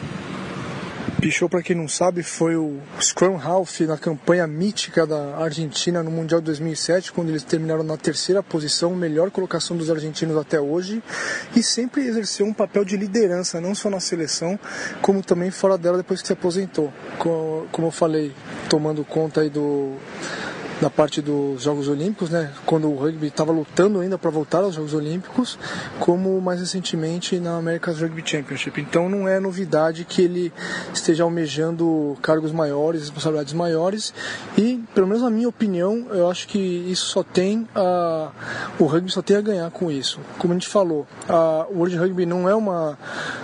[SPEAKER 12] Pichot, para quem não sabe, foi o Scrum Half na campanha mítica da Argentina no Mundial de dois mil e sete, quando eles terminaram na terceira posição, melhor colocação dos argentinos até hoje, e sempre exerceu um papel de liderança, não só na seleção, como também fora dela depois que se aposentou. Como eu falei, tomando conta aí do... da parte dos Jogos Olímpicos, né, quando o rugby estava lutando ainda para voltar aos Jogos Olímpicos, como mais recentemente na America's Rugby Championship. Então não é novidade que ele esteja almejando cargos maiores, responsabilidades maiores, e pelo menos na minha opinião, eu acho que isso só tem a... o rugby só tem a ganhar com isso. Como a gente falou, a World Rugby não é uma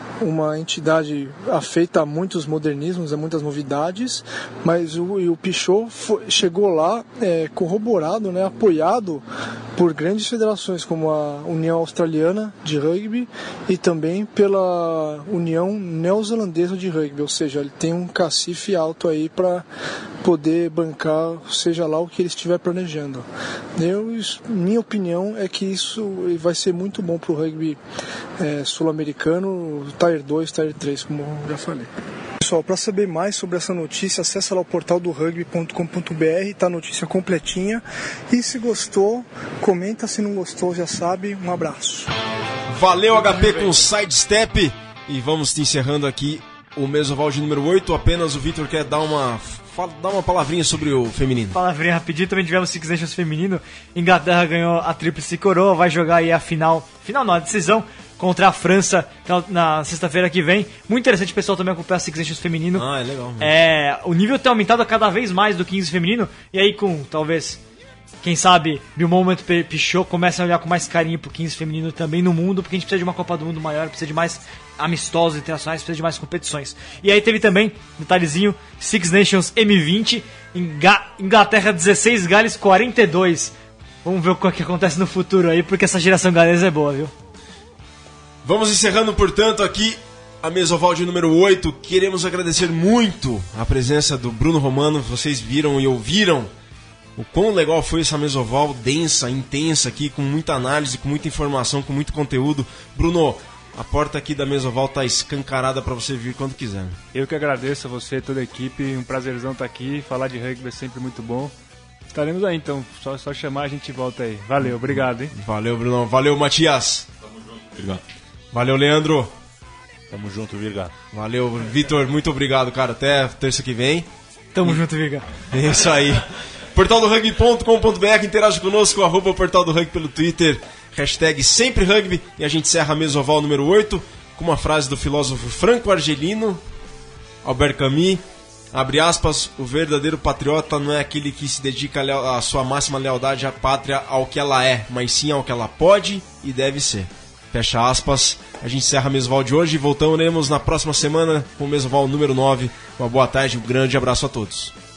[SPEAKER 12] uma entidade afeita a muitos modernismos, a muitas novidades, mas o, o Pichot foi, chegou lá é, corroborado, né, apoiado por grandes federações como a União Australiana de Rugby e também pela União Neozelandesa de Rugby, ou seja, ele tem um cacife alto aí para poder bancar seja lá o que ele estiver planejando. Eu, minha opinião é que isso vai ser muito bom para o rugby é, sul-americano, Tier dois, Tier três, como eu já falei. Pessoal, para saber mais sobre essa notícia, acessa lá o portal do rugby ponto com ponto b r, tá a notícia completinha. E se gostou, comenta, se não gostou, já sabe. Um abraço.
[SPEAKER 1] Valeu, H P, com o Sidestep. E vamos encerrando aqui o Mesoval de número oito. Apenas o Vitor quer dar uma... Dá uma palavrinha sobre o feminino.
[SPEAKER 2] Palavrinha rapidinho, também tivemos Six Nations feminino. Inglaterra ganhou a tríplice coroa, vai jogar aí a final, final não, a decisão contra a França na sexta-feira que vem. Muito interessante o pessoal também acompanhar Six Nations feminino.
[SPEAKER 1] Ah, é legal. Mesmo.
[SPEAKER 2] É, o nível tem aumentado cada vez mais do quinze feminino, e aí com, talvez, quem sabe, Bill Moment Pichot começa a olhar com mais carinho pro quinze feminino também no mundo, porque a gente precisa de uma Copa do Mundo maior, precisa de mais amistosos internacionais, precisa de mais competições. E aí teve também, detalhezinho, Six Nations M vinte, Inglaterra dezesseis, Gales quarenta e dois. Vamos ver o que acontece no futuro aí, porque essa geração galesa é boa, viu?
[SPEAKER 1] Vamos encerrando, portanto, aqui a Mesoval de número oito. Queremos agradecer muito a presença do Bruno Romano. Vocês viram e ouviram o quão legal foi essa Mesoval, densa, intensa aqui, com muita análise, com muita informação, com muito conteúdo. Bruno, a porta aqui da Mesoval está escancarada para você vir quando quiser.
[SPEAKER 3] Eu que agradeço a você, toda a equipe, um prazerzão estar aqui, falar de rugby é sempre muito bom. Estaremos aí então, só, só chamar a gente volta aí. Valeu, obrigado, hein?
[SPEAKER 1] Valeu, Bruno. Valeu, Matias.
[SPEAKER 5] Tamo junto, obrigado.
[SPEAKER 1] Valeu, Leandro.
[SPEAKER 4] Tamo junto, Virga.
[SPEAKER 1] Valeu, Vitor, muito obrigado, cara. Até terça que vem.
[SPEAKER 2] Tamo junto, Virga.
[SPEAKER 1] É isso aí. portal do rugby ponto com ponto b r, interage conosco, arroba Portal do Rugby pelo Twitter, hashtag sempre rugby, e a gente encerra a Mesoval número oito com uma frase do filósofo franco-argelino Albert Camus, abre aspas, o verdadeiro patriota não é aquele que se dedica a sua máxima lealdade à pátria ao que ela é, mas sim ao que ela pode e deve ser. Fecha aspas. A gente encerra o Mesoval de hoje e voltaremos na próxima semana com o Mesoval número nove. Uma boa tarde, um grande abraço a todos.